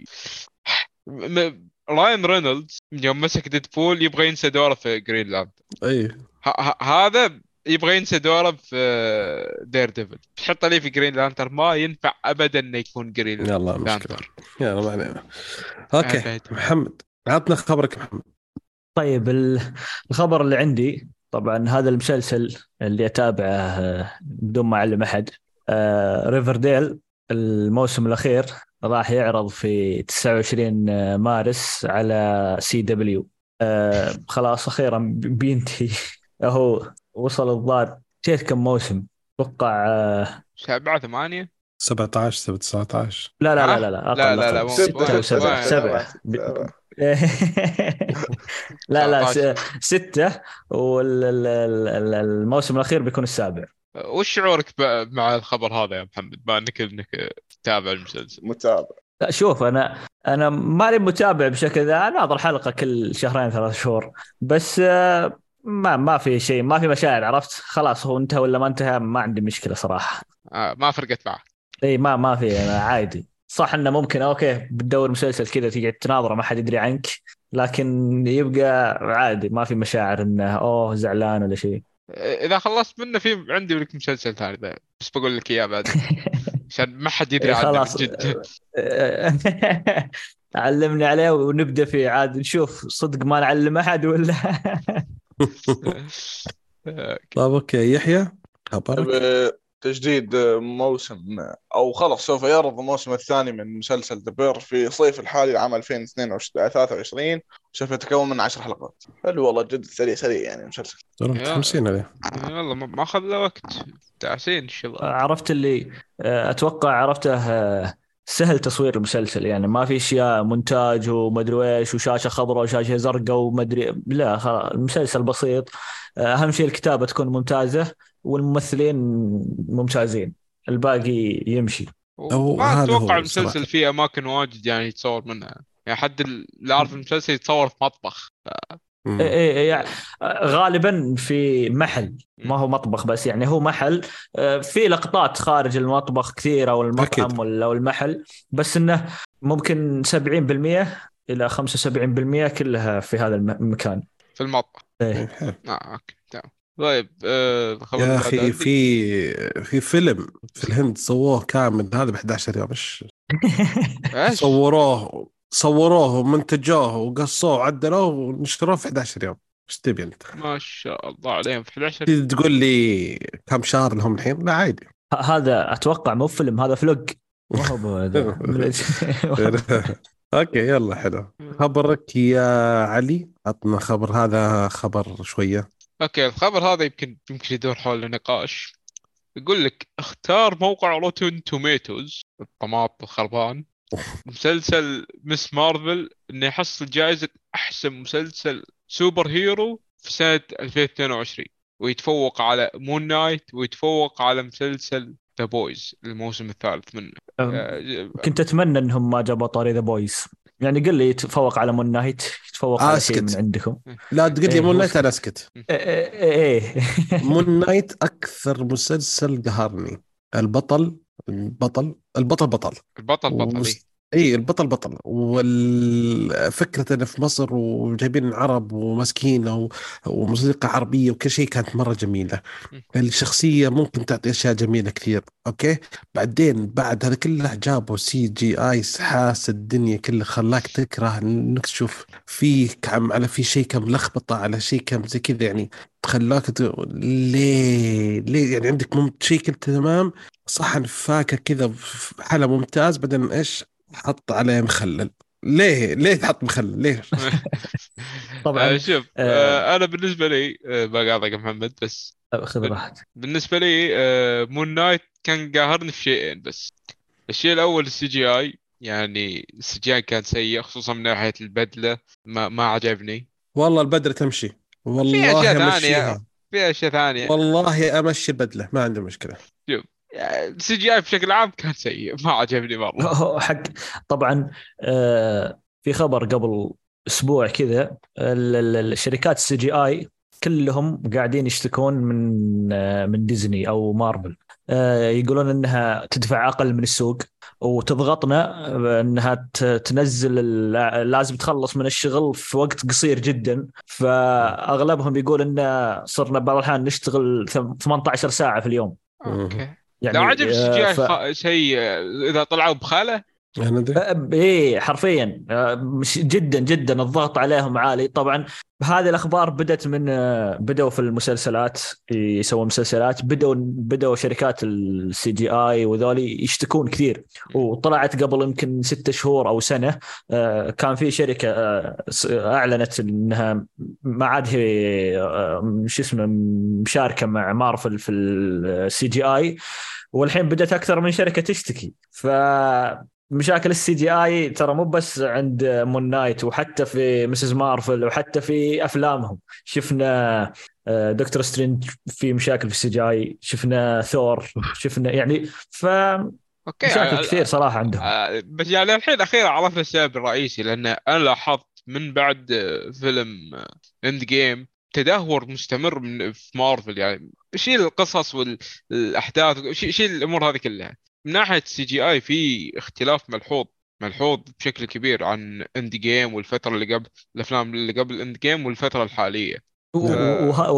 م... راين رينولدز يوم مسك ديدبول يبغى ينسى دوره في جرين لاند. اي ه... ه... هذا يبغى ينسى دوره في دير ديفل، تحط لي في جرين لانتر ما ينفع ابدا انه يكون جرين يلا مشكله، لانتر يلا ما علينا. اوكي ابدا. محمد عطنا خبرك محمد. طيب ال- الخبر اللي عندي طبعا هذا المسلسل اللي اتابعه آه، بدون ما اعلم احد، ريفرديل. الموسم الاخير راح يعرض في تسعة وعشرين مارس على سي دبليو. آه، خلاص اخيرا بينتهي. هو وصل الظاهر نسيت كم موسم، اتوقع آه، سبعة ثمانية. سبعة عشر تسعة عشر. لا لا لا ها لا لا لا اقل لا لا اقل مو ستة ستة وين ستة وسبعة ستة وين سبعة سبعة. سبعة. لا لا س- تسعة عشر. ستة، والموسم الأخير بيكون السابع. وش شعورك ب- مع الخبر هذا يا محمد، ما انك انك تتابع المسلسل؟ متابع. لا شوف، أنا أنا ماني متابع بشكل ذا، أناظر حلقة كل شهرين ثلاث شهور بس. آه، ما ما في شيء، ما في مشاعر، عرفت؟ خلاص هو انتهى ولا ما انتهى، ما عندي مشكلة صراحة. آه ما فرقت معك. اي ما ما في، أنا عادي. صح انه ممكن اوكي بتدور مسلسل كذا تقعد تناظره ما حد يدري عنك، لكن يبقى عادي، ما في مشاعر انه اوه زعلان ولا شيء. اذا خلصت منه في عندي لك مسلسل ثاني ذا، بس بقول لك اياه بعدين عشان ما حد يدري إيه عنه من خلاص. جد. علمني عليه ونبدا فيه عاد، نشوف صدق ما نعلم احد ولا. طيب اوكي يحيى خبرك. تجديد موسم او خلص سوف يعرض الموسم الثاني من مسلسل ذا بير في صيف الحالي لعام ألفين وثلاثة وعشرين، سوف يتكون من عشر حلقات. حلو والله، جد سريع سريع يعني المسلسل. ترى متحمسين عليه. يلا ما ما اخذ له وقت، تعسين ان شاء الله. عرفت اللي اتوقع عرفته. سهل تصوير المسلسل، يعني ما في اشياء مونتاج ومدري ايش وشاشه خضراء وشاشه زرقاء ومدري، لا خلاص المسلسل بسيط. اهم شيء الكتابه تكون ممتازه والممثلين ممتازين، الباقي يمشي. أو ما هذا اتوقع هو المسلسل صراحة. فيه اماكن واجد يعني يتصور منها، يعني حد اللي عارف المسلسل يتصور في مطبخ. مم. إيه إيه يعني غالبا في محل، ما هو مطبخ بس، يعني هو محل. آه، في لقطات خارج المطبخ كثيرة او المطعم أكيد. ولا المحل، بس انه ممكن سبعين بالمئة الى خمسة وسبعين بالمئة كلها في هذا الم- المكان. في المطبخ. إيه. حلو. اه اوكي تمام. طيب آه الخبر يا اللي بعد اخي عندي. في في فيلم في الهند سووه كامل هذا ب إحدى عشر يوم، ايش ايش؟ صوروه صوروه ومنتجوه وقصوه وعدلوه ونشروه في إحدى عشر يوم. ايش تبي انت؟ ما شاء الله عليهم في أحد عشر. تيجي تقول لي كم شهر لهم الحين؟ لا عادي. ه- هذا اتوقع مو فيلم، هذا فلوج، ما هو هذا. اوكي يلا حلو. خبرك يا علي، عطنا خبر، هذا خبر شوية. اوكي الخبر هذا يمكن يمكن يدور حول نقاش. يقول لك اختار موقع روتن توميتوز الطماط الخربان مسلسل مس مارفل انه يحصل جائزة احسن مسلسل سوبر هيرو في سنة ألفين واثنين وعشرين، ويتفوق على مون نايت ويتفوق على مسلسل ذا بويز الموسم الثالث منه. آه، كنت اتمنى انهم ما جابوا طاري ذا بويز. يعني قل لي يتفوق على مون نايت، يتفوق على شيء من اسكت، عندكم؟ لا تقول لي إيه مون هو نايت انا اسكت. ايه إيه. مون نايت اكثر مسلسل قهرني. البطل البطل البطل بطل البطل بطل إيه. وس... اي البطل بطل، والفكرة انه في مصر وجايبين عرب ومسكينة و... وموسيقى عربية وكل شيء كانت مرة جميلة. م. الشخصية ممكن تعطي اشياء جميلة كثير، اوكي. بعدين بعد هذا كله جابوا سي جي اي حاس الدنيا كلها، خلاك تكره انك تشوف فيه كم على في شيء كم لخبطة على شيء كم زي كذا يعني. خلاك تقول ليه ليه يعني عندك مم... شيء كنت تمام، صحن فاكهة كذا في حالة ممتاز، بعدين ايش حط عليه مخلل. ليه ليه تحط مخلل ليش؟ آه، طبعا. شوف آه آه، انا بالنسبه لي آه، بقاطعك يا محمد بس. خذ راحتك. بالنسبه لي آه، مون نايت كان قاهرني في شيئين بس. الشيء الاول السي جي اي، يعني السي جي اي كان سيء خصوصا من ناحيه البدله، ما ما عجبني. والله البدلة تمشي، في اشياء والله ثانيه، امشيها، في اشياء ثانيه. والله امشي البدلة ما عندي مشكلة. شوف السي جي اي بشكل عام كان سيء، ما عجبني مره. هو حق. طبعا. آه في خبر قبل اسبوع كذا، ال- ال- الشركات السي جي اي كلهم قاعدين يشتكون من آه من ديزني او مارفل. آه يقولون انها تدفع اقل من السوق وتضغطنا، آه، انها ت- تنزل ال- لازم تخلص من الشغل في وقت قصير جدا. فاغلبهم يقول ان صرنا بعض الاحيان نشتغل ثمانية عشر ساعة في اليوم. مم. اوكي. لو يعني عجب السي آه، جي اي ف خ... شيء آه، اذا طلعوا بخاله. انا ادري. أه، ايه حرفيا، أه، مش جدا جدا الضغط عليهم عالي طبعا. هذه الاخبار بدت من أه، بدأوا في المسلسلات، يسوون مسلسلات، بدأوا بدأوا شركات السي جي اي وذولي يشتكون كثير. وطلعت قبل يمكن ستة شهور او سنة، أه، كان في شركة أه، س- اعلنت انها ما عاد هي أه، شو اسمه مشاركة مع مارفل في السي جي اي. والحين بدأت اكثر من شركة تشتكي. ف مشاكل السي جي اي ترى مو بس عند مون نايت، وحتى في مسز مارفل، وحتى في افلامهم شفنا آه، دكتور سترينج في مشاكل في السي جي اي، شفنا ثور، شفنا يعني فمشاكل اوكي آه، كثير صراحة عندهم. آه، بس يعني الحين اخيرا عرفنا السبب الرئيسي، لان انا لاحظت من بعد آه، فيلم اند جيم تدهور مستمر من في مارفل. يعني شيل القصص والاحداث، شيل شيل الامور هذه كلها. من ناحيه سي جي اي في اختلاف ملحوظ، ملحوظ بشكل كبير عن اند جيم والفتره اللي قبل، الافلام اللي قبل اند جيم والفتره الحاليه. ف نعم.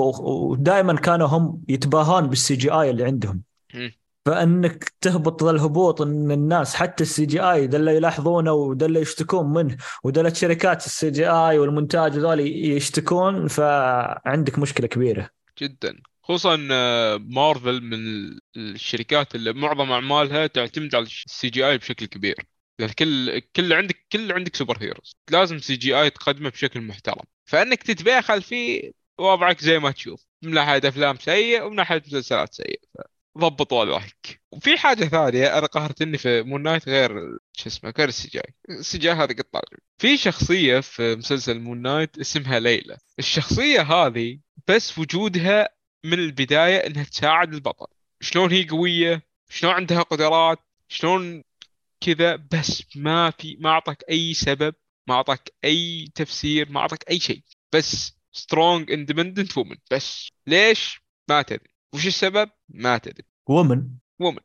ودائما كانوا هم يتباهون بالسي جي اي اللي عندهم. مم. فانك تهبط ذا الهبوط، ان الناس حتى السي جي اي ده اللي يلاحظونه وده اللي يشتكون منه، وده شركات السي جي اي والمونتاج ذولي يشتكون، فعندك مشكلة كبيرة جدا. خصوصا آه، مارفل من الشركات اللي معظم اعمالها تعتمد على السي جي اي بشكل كبير. لأن كل كل عندك كل عندك سوبر هيروز لازم سي جي اي تقدمه بشكل محترم، فانك تتباخل فيه وضعك زي ما تشوف، من ناحيه افلام سيء ومن ناحيه مسلسلات سيء. ضبط وضعك. وفي حاجه ثانيه انا قهرتني في مون نايت، غير شو اسمه غير السي جي اي. السي جي اي هذا قطع. في شخصيه في مسلسل مون نايت اسمها ليلى. الشخصيه هذه بس وجودها من البدايه انها تساعد البطل. شلون هي قويه، شلون عندها قدرات، شلون كذا، بس ما في ما اعطاك اي سبب، ما اعطاك اي تفسير، ما اعطاك اي شيء. بس سترونج اندبندنت وومن. بس ليش ما تدري، وش السبب ما تدري. ومن وومن.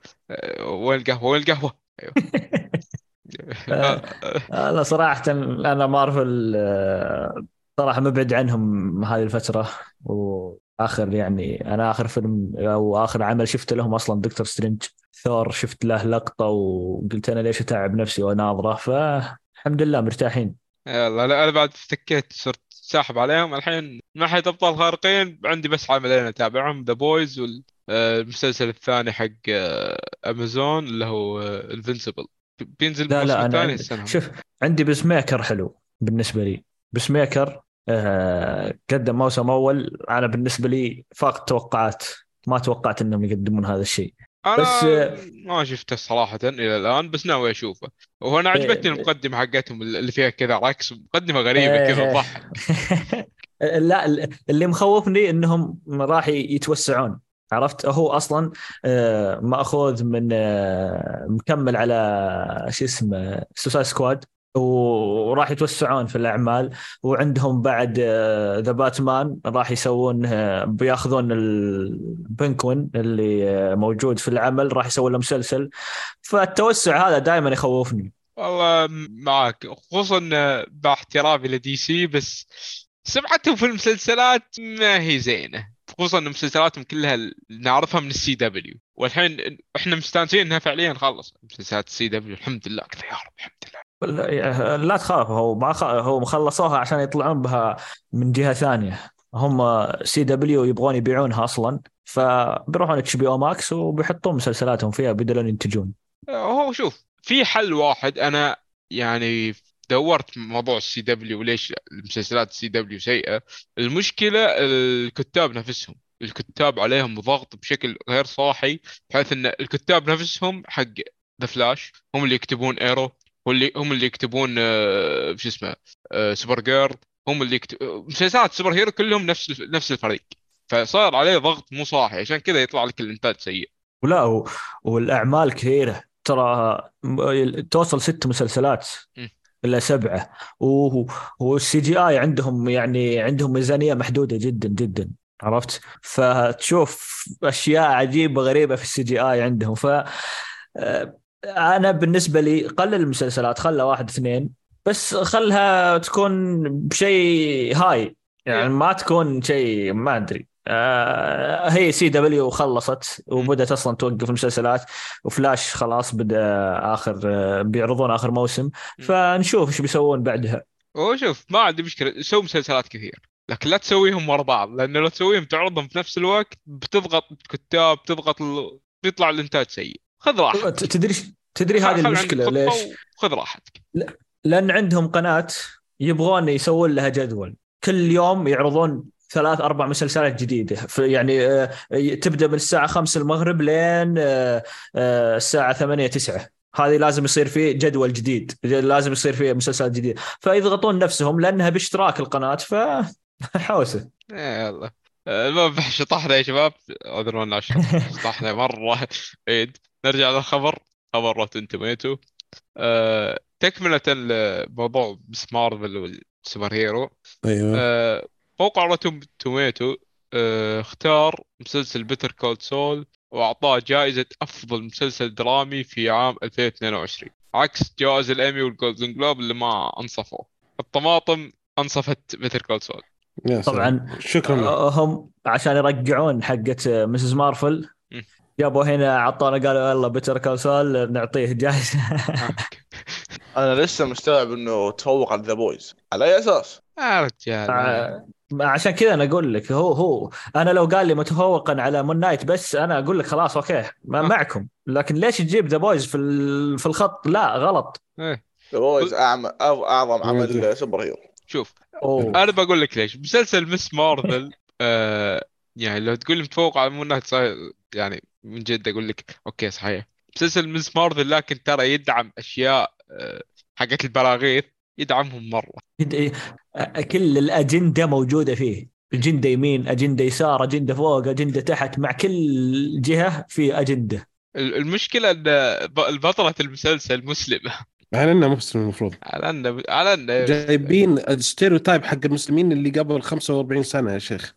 أه وين القهوه، وين القهوه؟ ايوه. أنا صراحة أنا مارفل آه، صراحة مبعد عنهم هذه الفترة. وآخر يعني أنا آخر فيلم أو آخر عمل شفته لهم أصلا دكتور سترينج. ثور شفت له لقطة وقلت أنا ليش أتعب نفسي وأناظره، فالحمد لله مرتاحين. يلا لا، انا بعد افتكيت صرت ساحب عليهم. الحين من ناحيه ابطال خارقين عندي بس عملين اتابعهم، ذا بويز والمسلسل الثاني حق آه، امازون اللي هو انفنسبل، بينزل لا الموسم لا أنا الثاني عندي السنه. شوف، عندي بس ميكر حلو بالنسبة لي. بس ميكر آه قدم موسم أول، أنا بالنسبة لي فاق التوقعات. ما توقعت أنهم يقدمون هذا الشيء. بس انا آه ما شفته صراحه الى الان، بس ناوي اشوفه. وهنا عجبتني آه المقدمه حقتهم اللي فيها كذا رقص، مقدمه غريبه كذا آه تضحك. لا، اللي مخوفني انهم راح يتوسعون. عرفت، هو اصلا آه، ماخوذ من آه، مكمل على شو اسمه سوسايد سكواد. وراح يتوسعون في الأعمال. وعندهم بعد ذا باتمان راح يسوون آه، بياخذون البنكوين اللي آه، موجود في العمل، راح يسوون له مسلسل. فالتوسع هذا دائما يخوفني. والله معك، خصوصا مع احترامي لدي سي، بس سمعتهم في المسلسلات ما هي زينة، خصوصا ان مسلسلاتهم كلها ال- نعرفها من السي دبليو، والحين احنا مستانسين انها فعليا خلص مسلسلات السي دبليو، الحمد لله كذا يا رب، الحمد لله. لا لا تخاف، هو ما خ... هو مخلصوها عشان يطلعون بها من جهة ثانية. هم سي دبليو يبغون يبيعونها أصلا، فبيروحون اتش بي او ماكس وبيحطون مسلسلاتهم فيها بدل أن ينتجون. هو شوف، في حل واحد انا يعني دورت موضوع السي دبليو وليش المسلسلات السي دبليو سيئة. المشكلة الكتاب نفسهم، الكتاب عليهم ضغط بشكل غير صاحي، بحيث ان الكتاب نفسهم حق ذا فلاش هم اللي يكتبون ايرو، واللي هم اللي يكتبون آه، شو اسمه آه، سوبر جيرل، هم اللي يكتب مسلسلات سوبر هيرو كلهم نفس نفس الفريق، فصار عليه ضغط مو صاحي، عشان كذا يطلع لك الانتاج سيء. ولا و... والأعمال كثيرة ترى، م- توصل ست مسلسلات م. إلا سبعة. و... والسي جي آي عندهم يعني عندهم ميزانية محدودة جدا جدا، عرفت؟ فتشوف أشياء عجيبة غريبة في السي جي آي عندهم. ف آه، أنا بالنسبة لي قلل المسلسلات، خلها واحد اثنين بس، خلها تكون بشيء هاي، يعني إيه. ما تكون شيء ما أدري. آه هي سي دبليو خلصت وبدأت أصلا توقف المسلسلات، وفلاش خلاص بدأ آخر آه بيعرضون آخر موسم، فنشوف إيش بيسوون بعدها. هو شوف، ما عندي مشكلة سوي مسلسلات كثير، لكن لا تسويهم ورا بعض، لأنه لو تسويهم تعرضهم في نفس الوقت بتضغط الكتاب، تضغط ال... بيطلع الإنتاج سيء. خذ راحتك، تدري تدري خ- هذه خل عندك المشكلة خطة ليش؟ وخذ راحتك. ل- لأن عندهم قناة يبغون يسوون لها جدول، كل يوم يعرضون ثلاث أربع مسلسلات جديدة. في يعني آه، تبدأ من الساعة خمسة المغرب لين آه، آه، الساعة ثمانية تسعة. هذه لازم يصير فيه جدول جديد، لازم يصير فيه مسلسلات جديدة، فيضغطون نفسهم لأنها باشتراك القناة، فحوسه. إيه يلا، المهم شطحنا يا شباب، اعذرونا على الشطح، شطحنا مرة. عيد، نرجع للخبر، خبر روتن توميتو. أه تكملة لموضوع مس مارفل والسوبر هيرو. ايوه. آه، موقع روتن توميتو آه، اختار مسلسل بيتر كول سول وأعطاه جائزة أفضل مسلسل درامي في عام ألفين واثنين وعشرين، عكس جوائز الإيمي والجولدن جلوب اللي ما أنصفوا. الطماطم أنصفت بيتر كول سول. يا سلام، طبعا شكرا لك. آه، هم عشان يرجعون حقة مسز مارفل م. جابوا هنا عطونا، قالوا يلا بيتر كول سول نعطيه جائزة. آه. انا لسه مستوعب انه تفوق على ذا بويز على اي اساس؟ يا رجال ما- ع- عشان كذا انا اقول لك، هو هو انا لو قال لي متفوقا على مون نايت بس، انا اقول لك خلاص اوكي ما آه. معكم، لكن ليش تجيب ذا بويز في ال- في الخط؟ لا غلط. إيه. ذا بويز أعم... أو- اعظم ما أدري. عمل سوبر هيرو. شوف، اوه أنا بقول لك ليش مسلسل مس مارفل آه يعني لو تقول لي متفوق على مون نايت صحيح، يعني من جد اقول لك اوكي صحيح مسلسل مس مارفل، لكن ترى يدعم اشياء آه حقت البراغيث، يدعمهم مره. كد- كل الاجنده موجوده فيه، اجنده يمين، اجنده يسار، اجنده فوق، اجنده تحت، مع كل جهه في اجنده. ال- المشكله ان ب- البطله المسلسل مسلمه. على انه مسلم المفروض، على ان على ان جايبين الستيreotype حق المسلمين اللي قبل خمسة وأربعين سنة يا شيخ.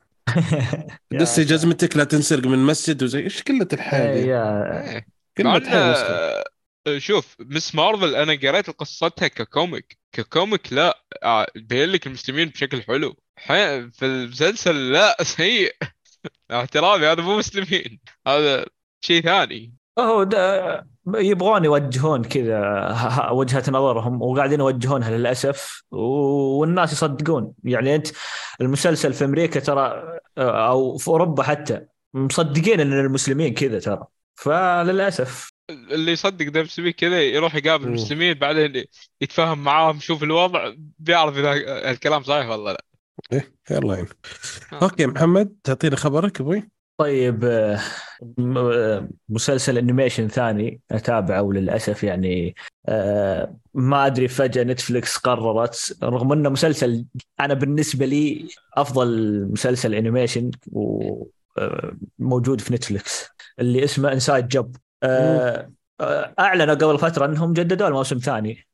يا قصي جزمتك لا تنسرق من مسجد وزي ايش قلة الحياة دي، يا إيه. مع قلة ان حياة مسخرة. آه، شوف مس مارفل انا قريت قصتها ككوميك، ككوميك لا آه، بين لك المسلمين بشكل حلو، حي- في المسلسل لا سيء. احترامي هذا مو مسلمين، هذا شيء ثاني. هو ده يبغون يوجهون كذا ه- ه- وجهة نظرهم، وقاعدين يوجهونها للأسف، و- والناس يصدقون. يعني أنت المسلسل في أمريكا ترى أو في أوروبا حتى مصدقين أن المسلمين كذا ترى، فللأسف. اللي يصدق ده مسلمين كذا يروح يقابل مم. المسلمين، بعدين يتفاهم معاهم، يشوف الوضع، بيعرف اذا الكلام صحيح ولا لا. ايه يلا يعني. آه. اوكي محمد، تعطينا خبرك ابوي. طيب آه، م- آه، مسلسل انيميشن ثاني اتابعه للاسف، يعني آه، ما ادري فجأة نتفليكس قررت، رغم انه مسلسل انا بالنسبة لي افضل مسلسل انيميشن وموجود في نتفليكس، اللي اسمه انسايد جوب. اعلنوا قبل فترة انهم جددوا الموسم الثاني،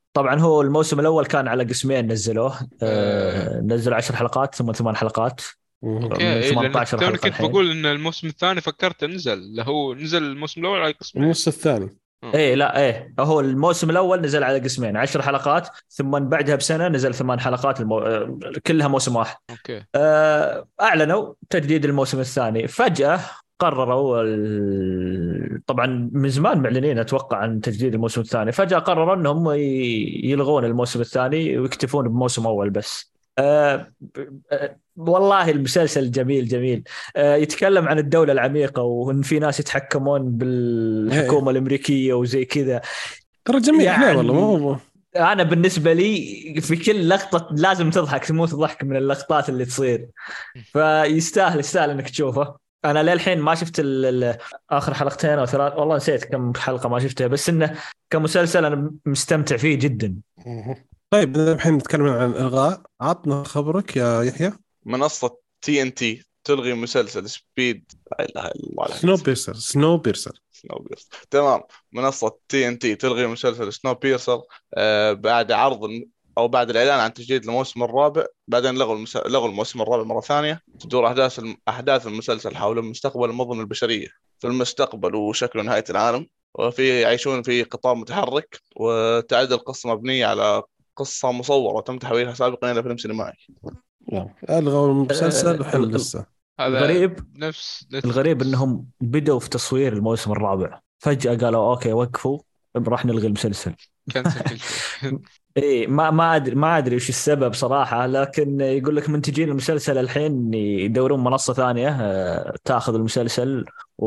طبعا هو الموسم الأول كان على قسمين نزلوه، آه. آه نزلوا عشر حلقات ثم ثمان حلقات مهم. اوكي من إيه، لان ثمانية عشر توني حلقة كنت الحين. بقول ان الموسم الثاني فكرت نزل، اللي هو نزل الموسم الاول على قسمين. النص الثاني آه. ايه لا ايه هو الموسم الاول نزل على قسمين عشر حلقات، ثم بعدها بسنه نزل ثمان حلقات المو... آه، كلها موسم واحد. اوكي آه، اعلنوا تجديد الموسم الثاني فجاه، قرروا ال... طبعا من زمان معلنين اتوقع عن تجديد الموسم الثاني، فجاه قرروا انهم ي- يلغون الموسم الثاني ويكتفون بموسم اول بس. آه، آه، والله المسلسل جميل جميل. آه، يتكلم عن الدولة العميقة وإن في ناس يتحكمون بالحكومة الأمريكية وزي كذا. ترى جميل حلو والله. يعني مو أنا بالنسبة لي في كل لقطة لازم تضحك تموت ضحك من اللقطات اللي تصير، فيستاهل يستاهل إنك تشوفه. أنا للحين ما شفت ال- ال- آخر حلقتين أو ثلاث، والله نسيت كم حلقة ما شفتها، بس إنه كمسلسل أنا مستمتع فيه جدا. مهم. طيب إذا الحين نتكلم عن الإلغاء، عطنا خبرك يا يحيى. منصة تي ان تي تلغي مسلسل سبيد. لا اله الا الله عليك. سنو بيرسر سنو بيرسر سنو بيرسر تمام. منصة تي ان تي تلغي مسلسل سنو بيرسر آه بعد عرض الم- او بعد الاعلان عن تجديد الموسم الرابع. بعدين لغوا المس... لغوا الموسم الرابع مرة ثانية. تدور احداث الم... احداث المسلسل حول مستقبل المدن البشرية في المستقبل وشكل نهاية العالم، وفي يعيشون في قطار متحرك، وتعد القصة مبنية على قصة مصورة تم تحويلها سابقا إلى فيلم سينمائي. ألغوا المسلسل آه، وحل ال- لسه. هذا الغريب نفس الغريب نتفلكس. انهم بدأوا في تصوير الموسم الرابع فجأة قالوا اوكي وقفوا راح نلغي المسلسل. كنسل كل شيء. ايه ما ما ادري ما ادري وش السبب صراحة، لكن يقول لك منتجين المسلسل الحين يدورون منصة ثانية آه، تاخذ المسلسل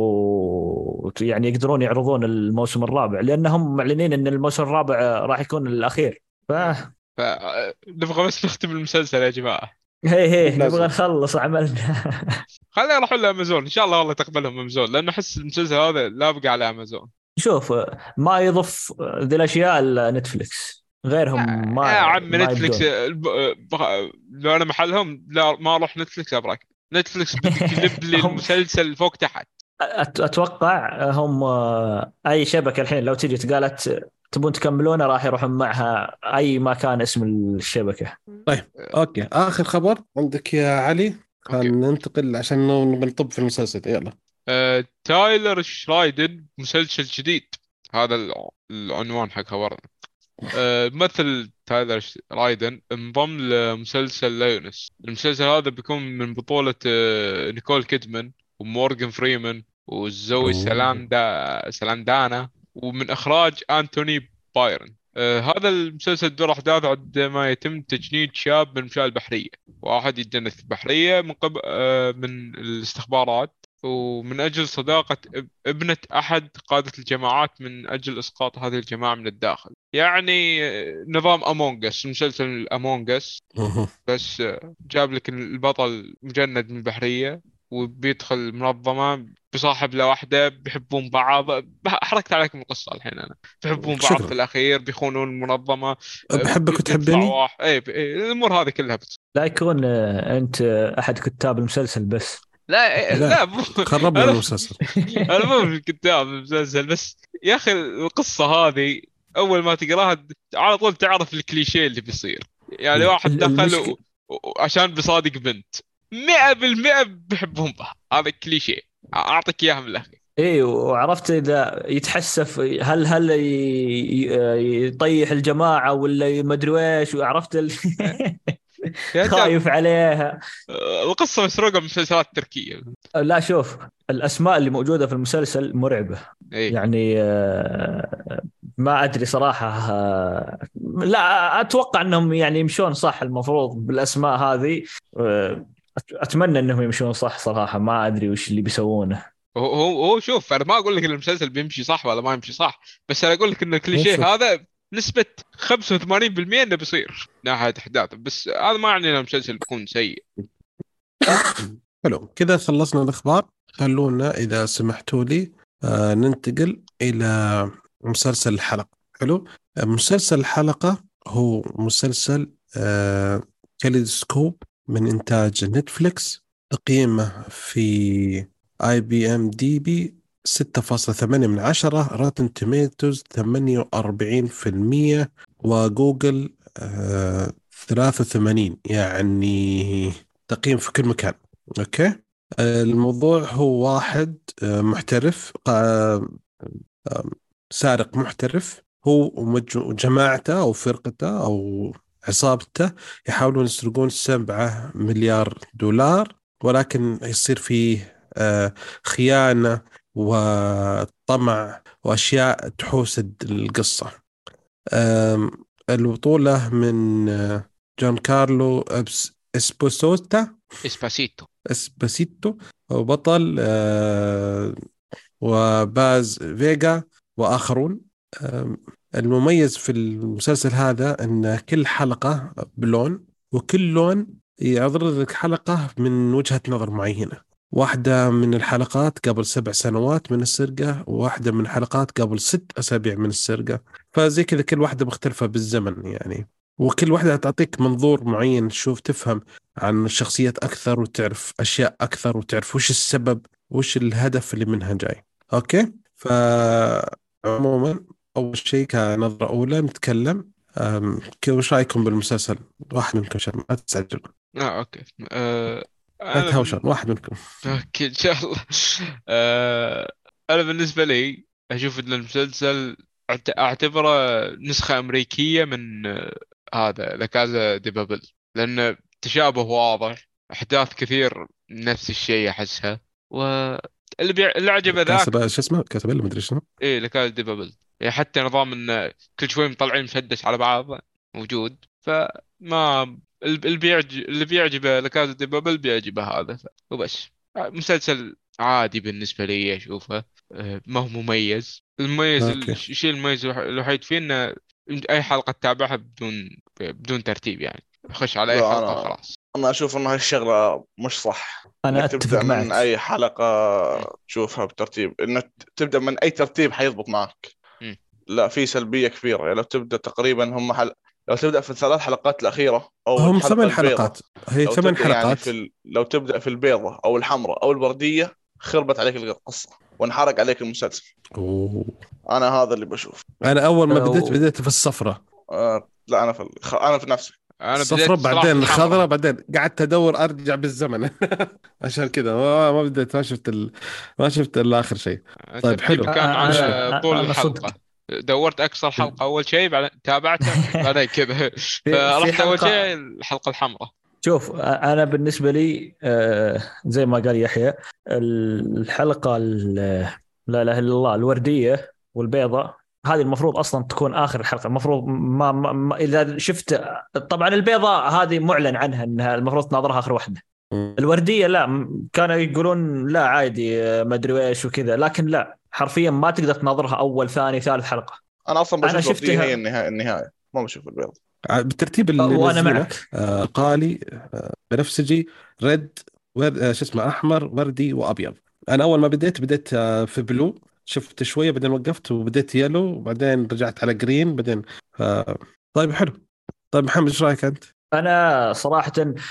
ويعني يقدرون يعرضون الموسم الرابع، لانهم معلنين ان الموسم الرابع آه، راح يكون الاخير. ف فنبغى بس نختم المسلسل يا جماعة. هي هي لازم. نبغى نخلص عملنا. خلينا نروح لامازون ان شاء الله والله تقبلهم امازون، لانه احس المسلسل هذا لا بقى على امازون. شوف ما يضف ذي الاشياء الا نتفلكس، غيرهم ما يا عم ما نتفلكس يبدون. الب- بغ- لو انا محلهم لا ما اروح نتفلكس ابراك. نتفلكس بتقلب لي هم المسلسل فوق تحت. أت- اتوقع هم اي شبكه الحين لو تجي قالت تبون تكملونه راح يروحون معها اي ما كان اسم الشبكه. أوكي، آخر خبر عندك يا علي. أوكي. خلينا ننتقل عشان نبغى نطب في المسلسل. يلا. آه، تايلر شرايدن مسلسل جديد. هذا الع- العنوان حق خبرنا. آه، مثل تايلر رايدن انضم لمسلسل ليونس. المسلسل هذا بيكون من بطولة آه، نيكول كيدمان ومورغان فريمان وزوي سلام دا سلاندانا، ومن إخراج أنتوني بايرن. آه، هذا المسلسل دور أحداث عندما يتم تجنيد شاب من المشاة البحرية. واحد يتجند في البحرية من قبل آه، من الاستخبارات، ومن أجل صداقة اب- ابنة أحد قادة الجماعات من أجل إسقاط هذه الجماعة من الداخل. يعني آه، نظام أمونجس، مسلسل أمونجس، مهم. بس آه، جاب لك البطل مجند من البحرية وبيدخل منظمة بصاحب له واحدة، بيحبون بعض. بح- حركت عليكم القصة الحين أنا. بيحبون بعض شكراً. في الأخير بيخونون المنظمة. آه، بحبك بي- وتحبني. بيطلع واحد ايه ب- إيه، الأمور هذه كلها بتصير. لا يكون آه، انت آه، احد كتاب المسلسل بس. لا إيه، لا. لا مو خربنا أنا المسلسل. انا مو في الكتاب المسلسل، بس يا اخي القصه هذه اول ما تقراها على طول تعرف الكليشيه اللي بيصير. يعني واحد دخل المشكله و... و... عشان بيصادق بنت مئة بالمئة بيحبهم بعض. هذا كليشيه اعطيك اياها من الاخير. اي وعرفت اذا يتحسف هل هل ي- ي- يطيح الجماعه ولا ما ادري ايش، وعرفت ال... يا خايف عليها. آه، القصه مسروقه من مسلسلات تركيه. لا شوف الاسماء اللي موجوده في المسلسل مرعبه. اي يعني آه، ما ادري صراحه آه، لا اتوقع انهم يعني يمشون صح المفروض بالاسماء هذه. آه، أت- اتمنى انهم يمشون صح صراحه، ما ادري وش اللي بيسوونه. هو هو هو شوف انا ما اقول لك ان المسلسل بيمشي صح ولا ما يمشي صح، بس انا اقول لك ان الكليشيه شوف. هذا نسبه خمسة وثمانين بالمئة انه بيصير ناحيه احداثه، بس هذا ما يعني ان المسلسل بيكون سيء. حلو كذا خلصنا الأخبار. خلونا إذا سمحتوا لي آه ننتقل إلى مسلسل الحلقة. حلو. آه، مسلسل الحلقة هو مسلسل آه كاليدوسكوب من إنتاج نتفليكس. تقييمه في آي بي إم دي بي ستة فاصلة ثمانية من عشرة، روتن توميتوز ثمانية وأربعين بالمية، وجوجل آه ثلاثة وثمانين، يعني تقييم في كل مكان. أوكي. آه الموضوع هو واحد آه محترف، آه آه سارق محترف، هو ومج- وجماعته أو فرقته أو عصابته يحاولون يسرقون سبعة مليار دولار، ولكن يصير فيه آه خيانة وطمع وأشياء تحوس القصة. آم، البطولة من آه، جون كارلو أبس- إسبوسوتا اسباسيتو. إسباسيتو، وبطل آه، وباز فيغا وآخرون. آم، المميز في المسلسل هذا أن كل حلقة بلون، وكل لون يعرض لك حلقة من وجهة نظر معينة. واحدة من الحلقات قبل سبع سنوات من السرقة، وواحدة من الحلقات قبل ست أسابيع من السرقة. فزي كذا كل واحدة مختلفة بالزمن يعني، وكل واحدة تعطيك منظور معين، تشوف تفهم عن الشخصيات أكثر، وتعرف أشياء أكثر، وتعرف وش السبب وش الهدف اللي منها جاي. أوكي. فعموما أول شيء كنظرة أولى نتكلم، أم، كيف وش رأيكم بالمسلسل؟ واحد منكم عشان ما تستعجل. اه اوكي. آه لا انا تهاوشون، بن... واحد منكم. اوكي ان شاء الله. آه انا بالنسبه لي اشوف ان المسلسل أعت- اعتبره نسخه امريكيه من آه هذا لا كازا دي بابل، لان تشابه واضح، احداث كثير نفس الشيء احسها. واللي بيع... اللي عجبه ذاك. كاسب شو اسمه، كاسبيلا مدري شنو. ايه لا كازا دي بابل. يعني حتى نظام ان كل شوي مطلعين مسدس على بعض موجود، فما اللي بيعجب اللي بيعجبه لكازا دي بابل بيعجبه هذا ف- وبس. مسلسل عادي بالنسبة لي أشوفه. آه، ما هو مميز. المميز اوكي. الشيء المميز الوح- الوحيد فيه إنه أي حلقة تتابعها بدون بدون ترتيب، يعني خش على أي لا حلقة انا وخلاص. انا اشوف ان هالشغله مش صح، انا انك تبدا اتفق من معك. اي حلقه م- تشوفها بترتيب، انك تبدا من اي ترتيب حيضبط معك. م. لا، في سلبيه كبيره. يعني لو تبدا تقريبا هم حل... لو تبدا في الثلاث حلقات الاخيره او هم الحلقه ثمان البيضاء، حلقات، هي لو ثمان تبدا يعني حلقات. في ال... لو تبدا في البيضة او الحمراء او الورديه، خربت عليك القصه وانحرق عليك المسلسل. أوه. انا هذا اللي بشوف. انا اول ما بديت أو- بديت في الصفرة. آه لا، انا في ال... خ- انا في نفسي. أنا الصفرة بديت صراحة في بعدين الحمراء. الخضرة، بعدين قعدت ادور ارجع بالزمن. عشان كذا ما ما بديت، ما شفت ال... ما شفت الا اخر شيء. أنت طيب بتجيب حلو، كان مشكلة. على طول انا انا صدق الحلقة. دورت أقصر حلقة أول شيء، بعدين تابعته بعدين كذا. في في فرحت أول شيء حلقه. الحلقة الحمراء. شوف انا بالنسبه لي آه، زي ما قال يحيى، الحلقه ال- لا اله الا الله الورديه والبيضاء، هذه المفروض اصلا تكون اخر حلقه. المفروض ما, ما, ما اذا شفت، طبعا البيضاء هذه معلن عنها انها المفروض تناظرها اخر واحده. الورديه لا، م- كانوا يقولون لا عادي آه، ما ادري ايش وكذا، لكن لا حرفيا ما تقدر تناظرها اول ثاني ثالث حلقه. انا اصلا انا بشوف الورديه هي شفتها النهايه النهايه ما بشوف البيض. بالترتيب اللي وانا منزلينه، معك. آه قالي آه بنفسجي، ريد، ور... آه شو اسمه، احمر، وردي، وابيض. انا اول ما بديت بديت آه في بلو، شفت شويه بعدين وقفت وبديت يلو، وبعدين رجعت على جرين، بعدين آه طيب حلو. طيب محمد ايش رايك انت؟ انا صراحه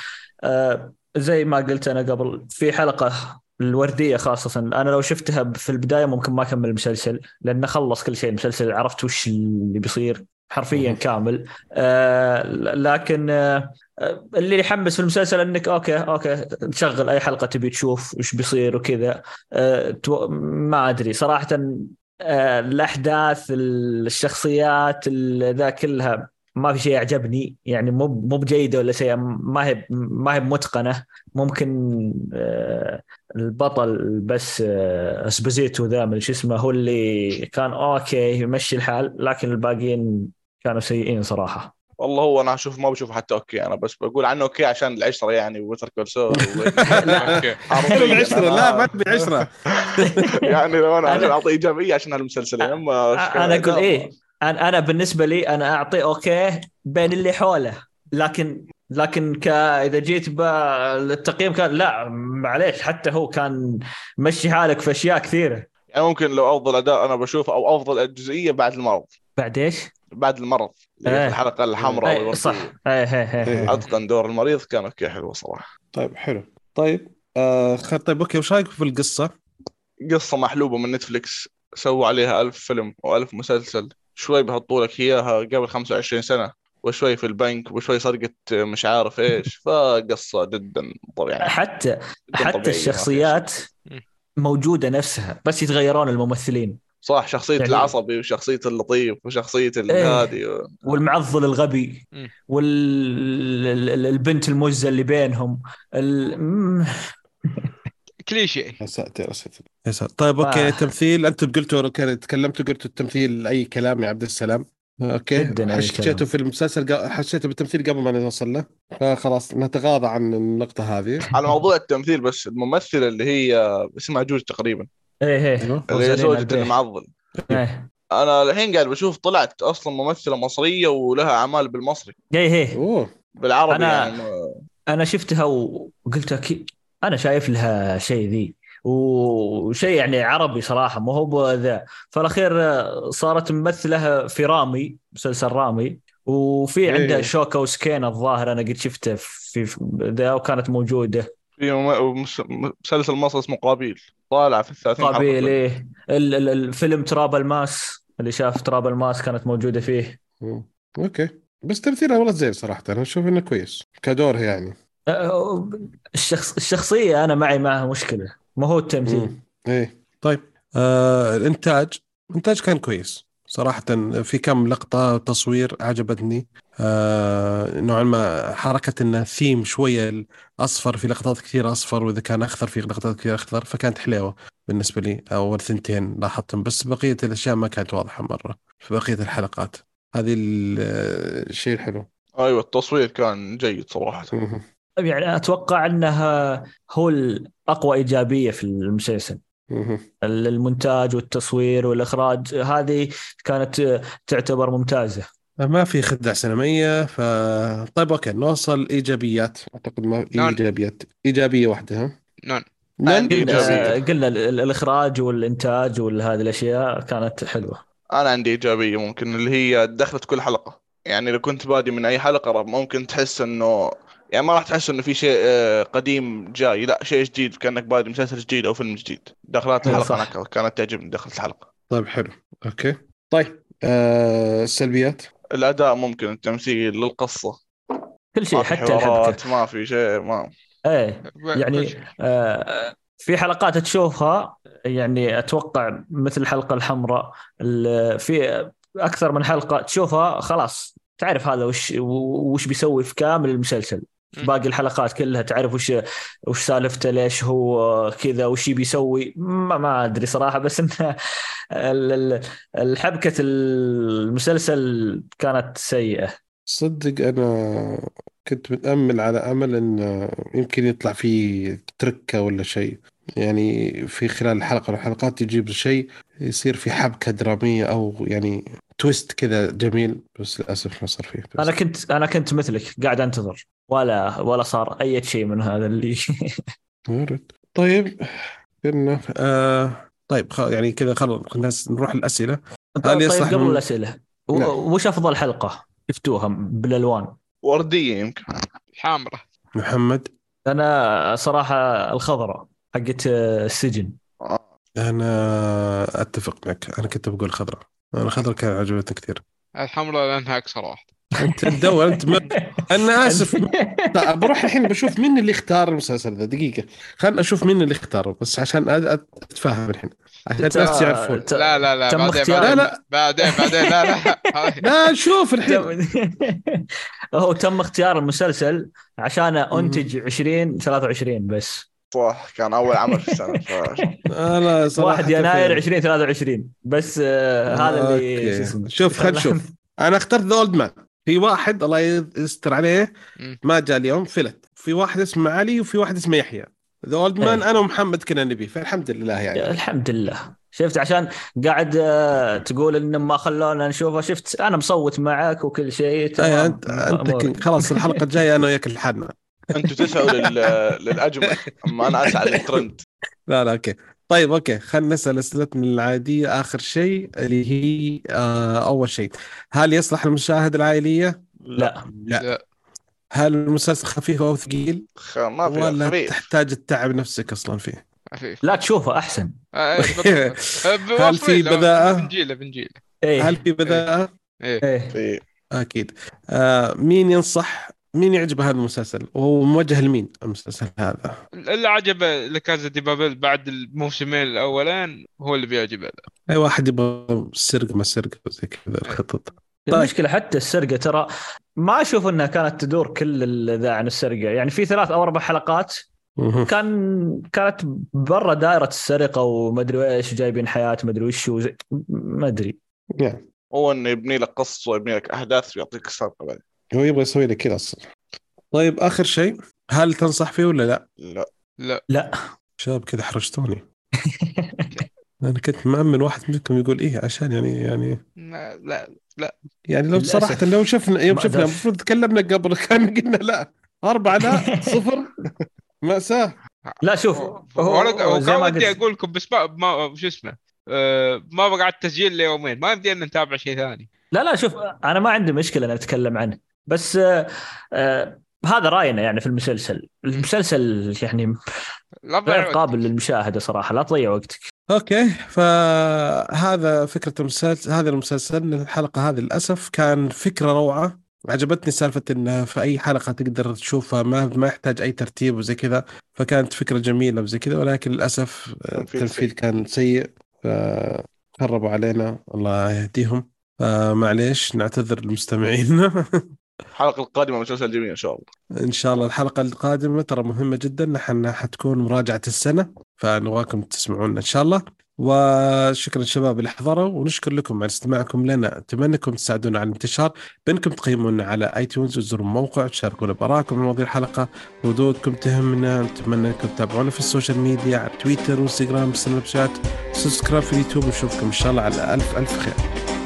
آه، زي ما قلت أنا قبل، في حلقة الوردية خاصة أنا لو شفتها في البداية ممكن ما أكمل المسلسل، لأنه خلص كل شيء المسلسل، عرفت وش اللي بيصير حرفيا مهم. كامل. آه لكن آه اللي يحمس في المسلسل أنك أوكي أوكي تشغل أي حلقة تبي تشوف وش بيصير وكذا. آه تو- ما أدري صراحة. آه الأحداث الشخصيات ال- ذا كلها ما في شيء يعجبني، يعني مو مو بجيدة ولا شيء، ما هي ما هي متقنة. ممكن آه، البطل بس آه، اسبوزيتو ذا من شو اسمه هو اللي كان اوكي يمشي الحال، لكن الباقيين كانوا سيئين صراحة. والله هو انا اشوف ما بشوف حتى اوكي، انا بس بقول عنه اوكي عشان العشره يعني، وبتر كول سول لا اوكي. حلو حرفيا العشرة، لا ما انا تبي عشرة. يعني لو انا عشان انا اعطي ايجابيه عشان هالمسلسل يعني، اما انا اقول كذا ايه، انا انا بالنسبة لي انا اعطي اوكي بين اللي حوله، لكن لكن ك اذا جيت بالتقييم كان لا معليش، حتى هو كان مشي حالك في اشياء كثيرة. يعني ممكن لو افضل اداء انا بشوف او افضل الجزئيه بعد المرض. بعد ايش؟ بعد المرض اللي هي في ايه الحلقه الحمراء او ايه صح الورديه، ايه ايه ايه, إيه. إيه. اتقن دور المريض، كان اوكي حلو صراحه. طيب حلو. طيب آه خير. طيب اوكي، وش رايك في القصة؟ قصة محلوبة من نتفليكس، سووا عليها ألف فيلم وألف مسلسل، شوي بحطوا لك إياها قبل خمسة وعشرين سنة، وشوي في البنك، وشوي سرقة مش عارف إيش. فقصة جدا يعني حتى جدا حتى طبيعية، ما فيها شيء. الشخصيات موجودة نفسها، بس يتغيرون الممثلين. صح، شخصية يعني العصبي وشخصية اللطيف وشخصية ايه، الهادي و... والمعضل الغبي، مم. والبنت المزة اللي بينهم ال... مم، كليشيه. يا ساتر يا ساتر يا ساتر. طيب ما اوكي، تمثيل انتم قلتوا كان تكلمتوا قلتوا التمثيل اي كلام يا عبد السلام. اوكي، جدا اي حسيته كلام. في المسلسل قا- حسيته بالتمثيل قبل ما نوصل له، فخلاص نتغاضى عن النقطة هذه. على موضوع التمثيل، بس الممثلة اللي هي اسمها جوج تقريبا، ايه ايه، ايوه. اللي هي روزالين زوجة البيه. المعضل، ايه انا الحين قاعد بشوف طلعت اصلا ممثلة مصرية ولها اعمال بالمصري ايه ايه. اوه. بالعربي يعني انا ما... انا شفتها وقلت اكيد انا شايف لها شيء ذي، وشيء يعني عربي صراحة، ما هو ذا. فالأخير صارت ممثلة في رامي، مسلسل رامي، وفي عندها ايه شوكة وسكينة الظاهر، أنا قد شفته في في ذا وكانت موجودة. في مم- مس- مسلسل مصر اسمه قابيل، طالع في الثلاثين حلقة قابيل، كله. إيه. ال- ال- الفيلم تراب الماس، اللي شاف تراب الماس كانت موجودة فيه. مم. اوكي، بس تمثيلها والله زين صراحة، انا اشوف انه كويس كدور يعني. أه، الشخص الشخصية أنا معي معها مشكلة، ما هو التمثيل. مم. ايه طيب. آه الانتاج الانتاج كان كويس صراحة، في كم لقطة تصوير عجبتني. آه نوعا ما حركة انه ثيم شوية الاصفر، في لقطات كثير اصفر، واذا كان اخضر في لقطات كثير اخضر، فكانت حلوة بالنسبة لي. اول ثنتين لاحظتهم، بس بقية الاشياء ما كانت واضحة مرة في بقية الحلقات. هذه ال- الشيء الحلو. ايوه التصوير كان جيد صراحة. مهم. طيب يعني أتوقع أنها هو الأقوى إيجابية في المسلسل، مهم. المونتاج والتصوير والإخراج، هذه كانت تعتبر ممتازة. ما في خدع سينمائية. ف طيب اوكي، نوصل ايجابيات. اعتقد ما نون ايجابيات، ايجابية واحدة ها. نون نن عندي قلنا بس. إيجابية، قلنا ال- ال- الإخراج والإنتاج وهذه الأشياء كانت حلوة. أنا عندي إيجابية ممكن اللي هي دخلت كل حلقة. يعني لو كنت بادي من أي حلقة ممكن تحس إنه يعني ما راح تحس إنه في شيء آه، قديم جاي، لا شيء جديد، كأنك بادي مسلسل جديد أو فيلم جديد. دخلات إيه الحلقة أنا صح. كانت تعجبني دخلت الحلقة. طيب حلو. اوكي طيب. آه السلبيات. الأداء ممكن، التمثيل، القصة، كل ما شيء في حتى الحبكة. حوارات، ما في شيء ما إيه كل يعني شيء. آه، في حلقات تشوفها، يعني أتوقع مثل الحلقة الحمراء، ال- في أكثر من حلقة تشوفها خلاص تعرف هذا وش وش بيسوي في كامل المسلسل. في مم. باقي الحلقات كلها تعرف وش وش سالفته، ليش هو كذا، وش بيسوي، ما, ما أدري صراحة. بس إن ال- ال- الحبكة المسلسل كانت سيئة. صدق انا كنت متأمل على امل ان يمكن يطلع فيه تركة ولا شيء، يعني في خلال الحلقة من الحلقات يجيب شيء يصير في حبكة درامية او يعني تويست كذا جميل، بس للاسف ما صار فيه. بس أنا كنت أنا كنت مثلك قاعد أنتظر، ولا ولا صار أي شيء من هذا اللي ورد. طيب كنا آه طيب خ... يعني كذا خلص الناس نروح الأسئلة. هل طيب يصلح قبل الم... الأسئلة، و- نعم. وش أفضل حلقة شفتوها بالألوان؟ وردية يمكن. الحامرة. محمد. أنا صراحة الخضراء حقت السجن. آه. أنا أتفق معك، أنا كنت بقول خضراء. أنا خضراء كان عجبتني كثير. الحمراء لأنها أكثر واحدة. أنت تدور أنت م... أنا آسف. طيب بروح الحين بشوف مين اللي اختار المسلسل ذا. دقيقة خلنا أشوف مين اللي اختاره، بس عشان أ- أ- أتفاهم الحين عشان ت- الناس يعرفون. ت- لا لا لا تم بعدين اختيار لا بعدين لا بعدين بعدين لا لا هذه- لا شوف الحين. تم... هو تم اختيار المسلسل عشان مم. أنتج عشرين ثلاثة وعشرين بس. صح كان أول عمل في السنة ف... أنا صراحة واحد يناير في... عشرين ثلاثة وعشرين بس. آه هذا اللي شو اوكي اسمه. شوف خل نشوف. انا اخترت ذا اولد مان. في واحد الله يستر عليه مم. ما جاء اليوم فلت، في واحد اسمه علي وفي واحد اسمه يحيى. ذا اولد مان إيه. انا ومحمد كنا نبي، فالحمد لله يعني. الحمد لله. شفت عشان قاعد آه، تقول ان ما خلونا نشوفه، شفت انا مصوت معك وكل شيء اي تمام. انت انت أموري. كن- خلاص الحلقه الجايه انا وياك لحالنا. أنتوا تسعوا لل... للأجمل، أما أنا أسعى للترند. لا لا اوكي. طيب اوكي خلينا نسال اسئلتنا العاديه اخر شيء اللي هي آه اول شيء، هل يصلح المشاهده العائليه؟ لا لا. لا هل المسلسل خفيف او ثقيل خ... ما في ولا خفيف. تحتاج تتعب نفسك اصلا فيه؟ عفيف. لا تشوفه احسن. آه، بالضبط. آه، هل واصلين في له، بذاءة؟ بنجيله بنجيله ايه هل في بذاءة؟ ايه ايه في أكيد. آه مين ينصح، مين يعجبه هذا المسلسل وهو موجه لمين المسلسل هذا؟ اللي عجبه لكازا دي بابل بعد الموسمين الاولين هو اللي بيعجبه. أي واحد يبغى سرقة ما سرقة زي كذا الخطط. طيب. المشكله حتى السرقه ترى ما اشوف انها كانت تدور كل ذا عن السرقه، يعني في ثلاث او اربع حلقات مهم. كان كانت برا دائره السرقه وما ادري ايش، جايبين حياه ما ادري وش وزي- ما ادري. يعني هو انه يبني لك قصه ويبني لك احداث ويعطيك السالفه بعدين. هو يبغى يسوي لك كذا أصلا. طيب آخر شيء، هل تنصح فيه ولا لا؟ لا لا لا شباب كذا حرجتوني. أنا كنت مأمن واحد منكم يقول إيه عشان يعني يعني لا لا, لا. يعني لو للأسف. صراحة لو شفنا يوم ما شفنا أقدرش. المفروض تكلمنا قبل كان قلنا لا أربعة لا صفر مأساة. لا شوف، هو هو هو زي كان ما ودي قلت. اقول لكم بس ما ما شو اسمه أه ما بقى على التسجيل ليومين، ما يمدينا نتابع شيء ثاني. لا لا شوف، انا ما عندي مشكله ان اتكلم عنه، بس آه آه هذا راينا يعني في المسلسل. المسلسل يعني لا غير تضيع قابل وقتك. للمشاهده صراحه، لا تضيع وقتك. اوكي، فهذا فكرة المسلسل. هذا المسلسل الحلقة هذه للأسف كان فكرة روعة، عجبتني سالفة إنها في أي حلقة تقدر تشوفها، ما ما يحتاج أي ترتيب وزي كذا، فكانت فكرة جميلة وزي كذا. ولكن للأسف تنفيذ التنفيذ سيء. كان سيء، فخربوا علينا الله يهديهم. فمعليش نعتذر للمستمعين. الحلقه القادمه مسلسل جميل ان شاء الله. إن شاء الله الحلقة القادمة ترى مهمة جدا، نحن حتكون مراجعة السنة، فنبغاكم تسمعونا إن شاء الله. وشكرا شباب اللي حضروا، ونشكر لكم على استماعكم لنا. أتمنى أنكم تساعدونا على الانتشار بأنكم تقيمونا على اي تونز وتزوروا الموقع وتشاركونا بآرائكم عن مواضيع الحلقة. ردودكم تهمنا. نتمنى أنكم تتابعونا في السوشيال ميديا على تويتر وانستغرام سناب شات، سبسكرايب في اليوتيوب. نشوفكم إن شاء الله على ألف ألف خير.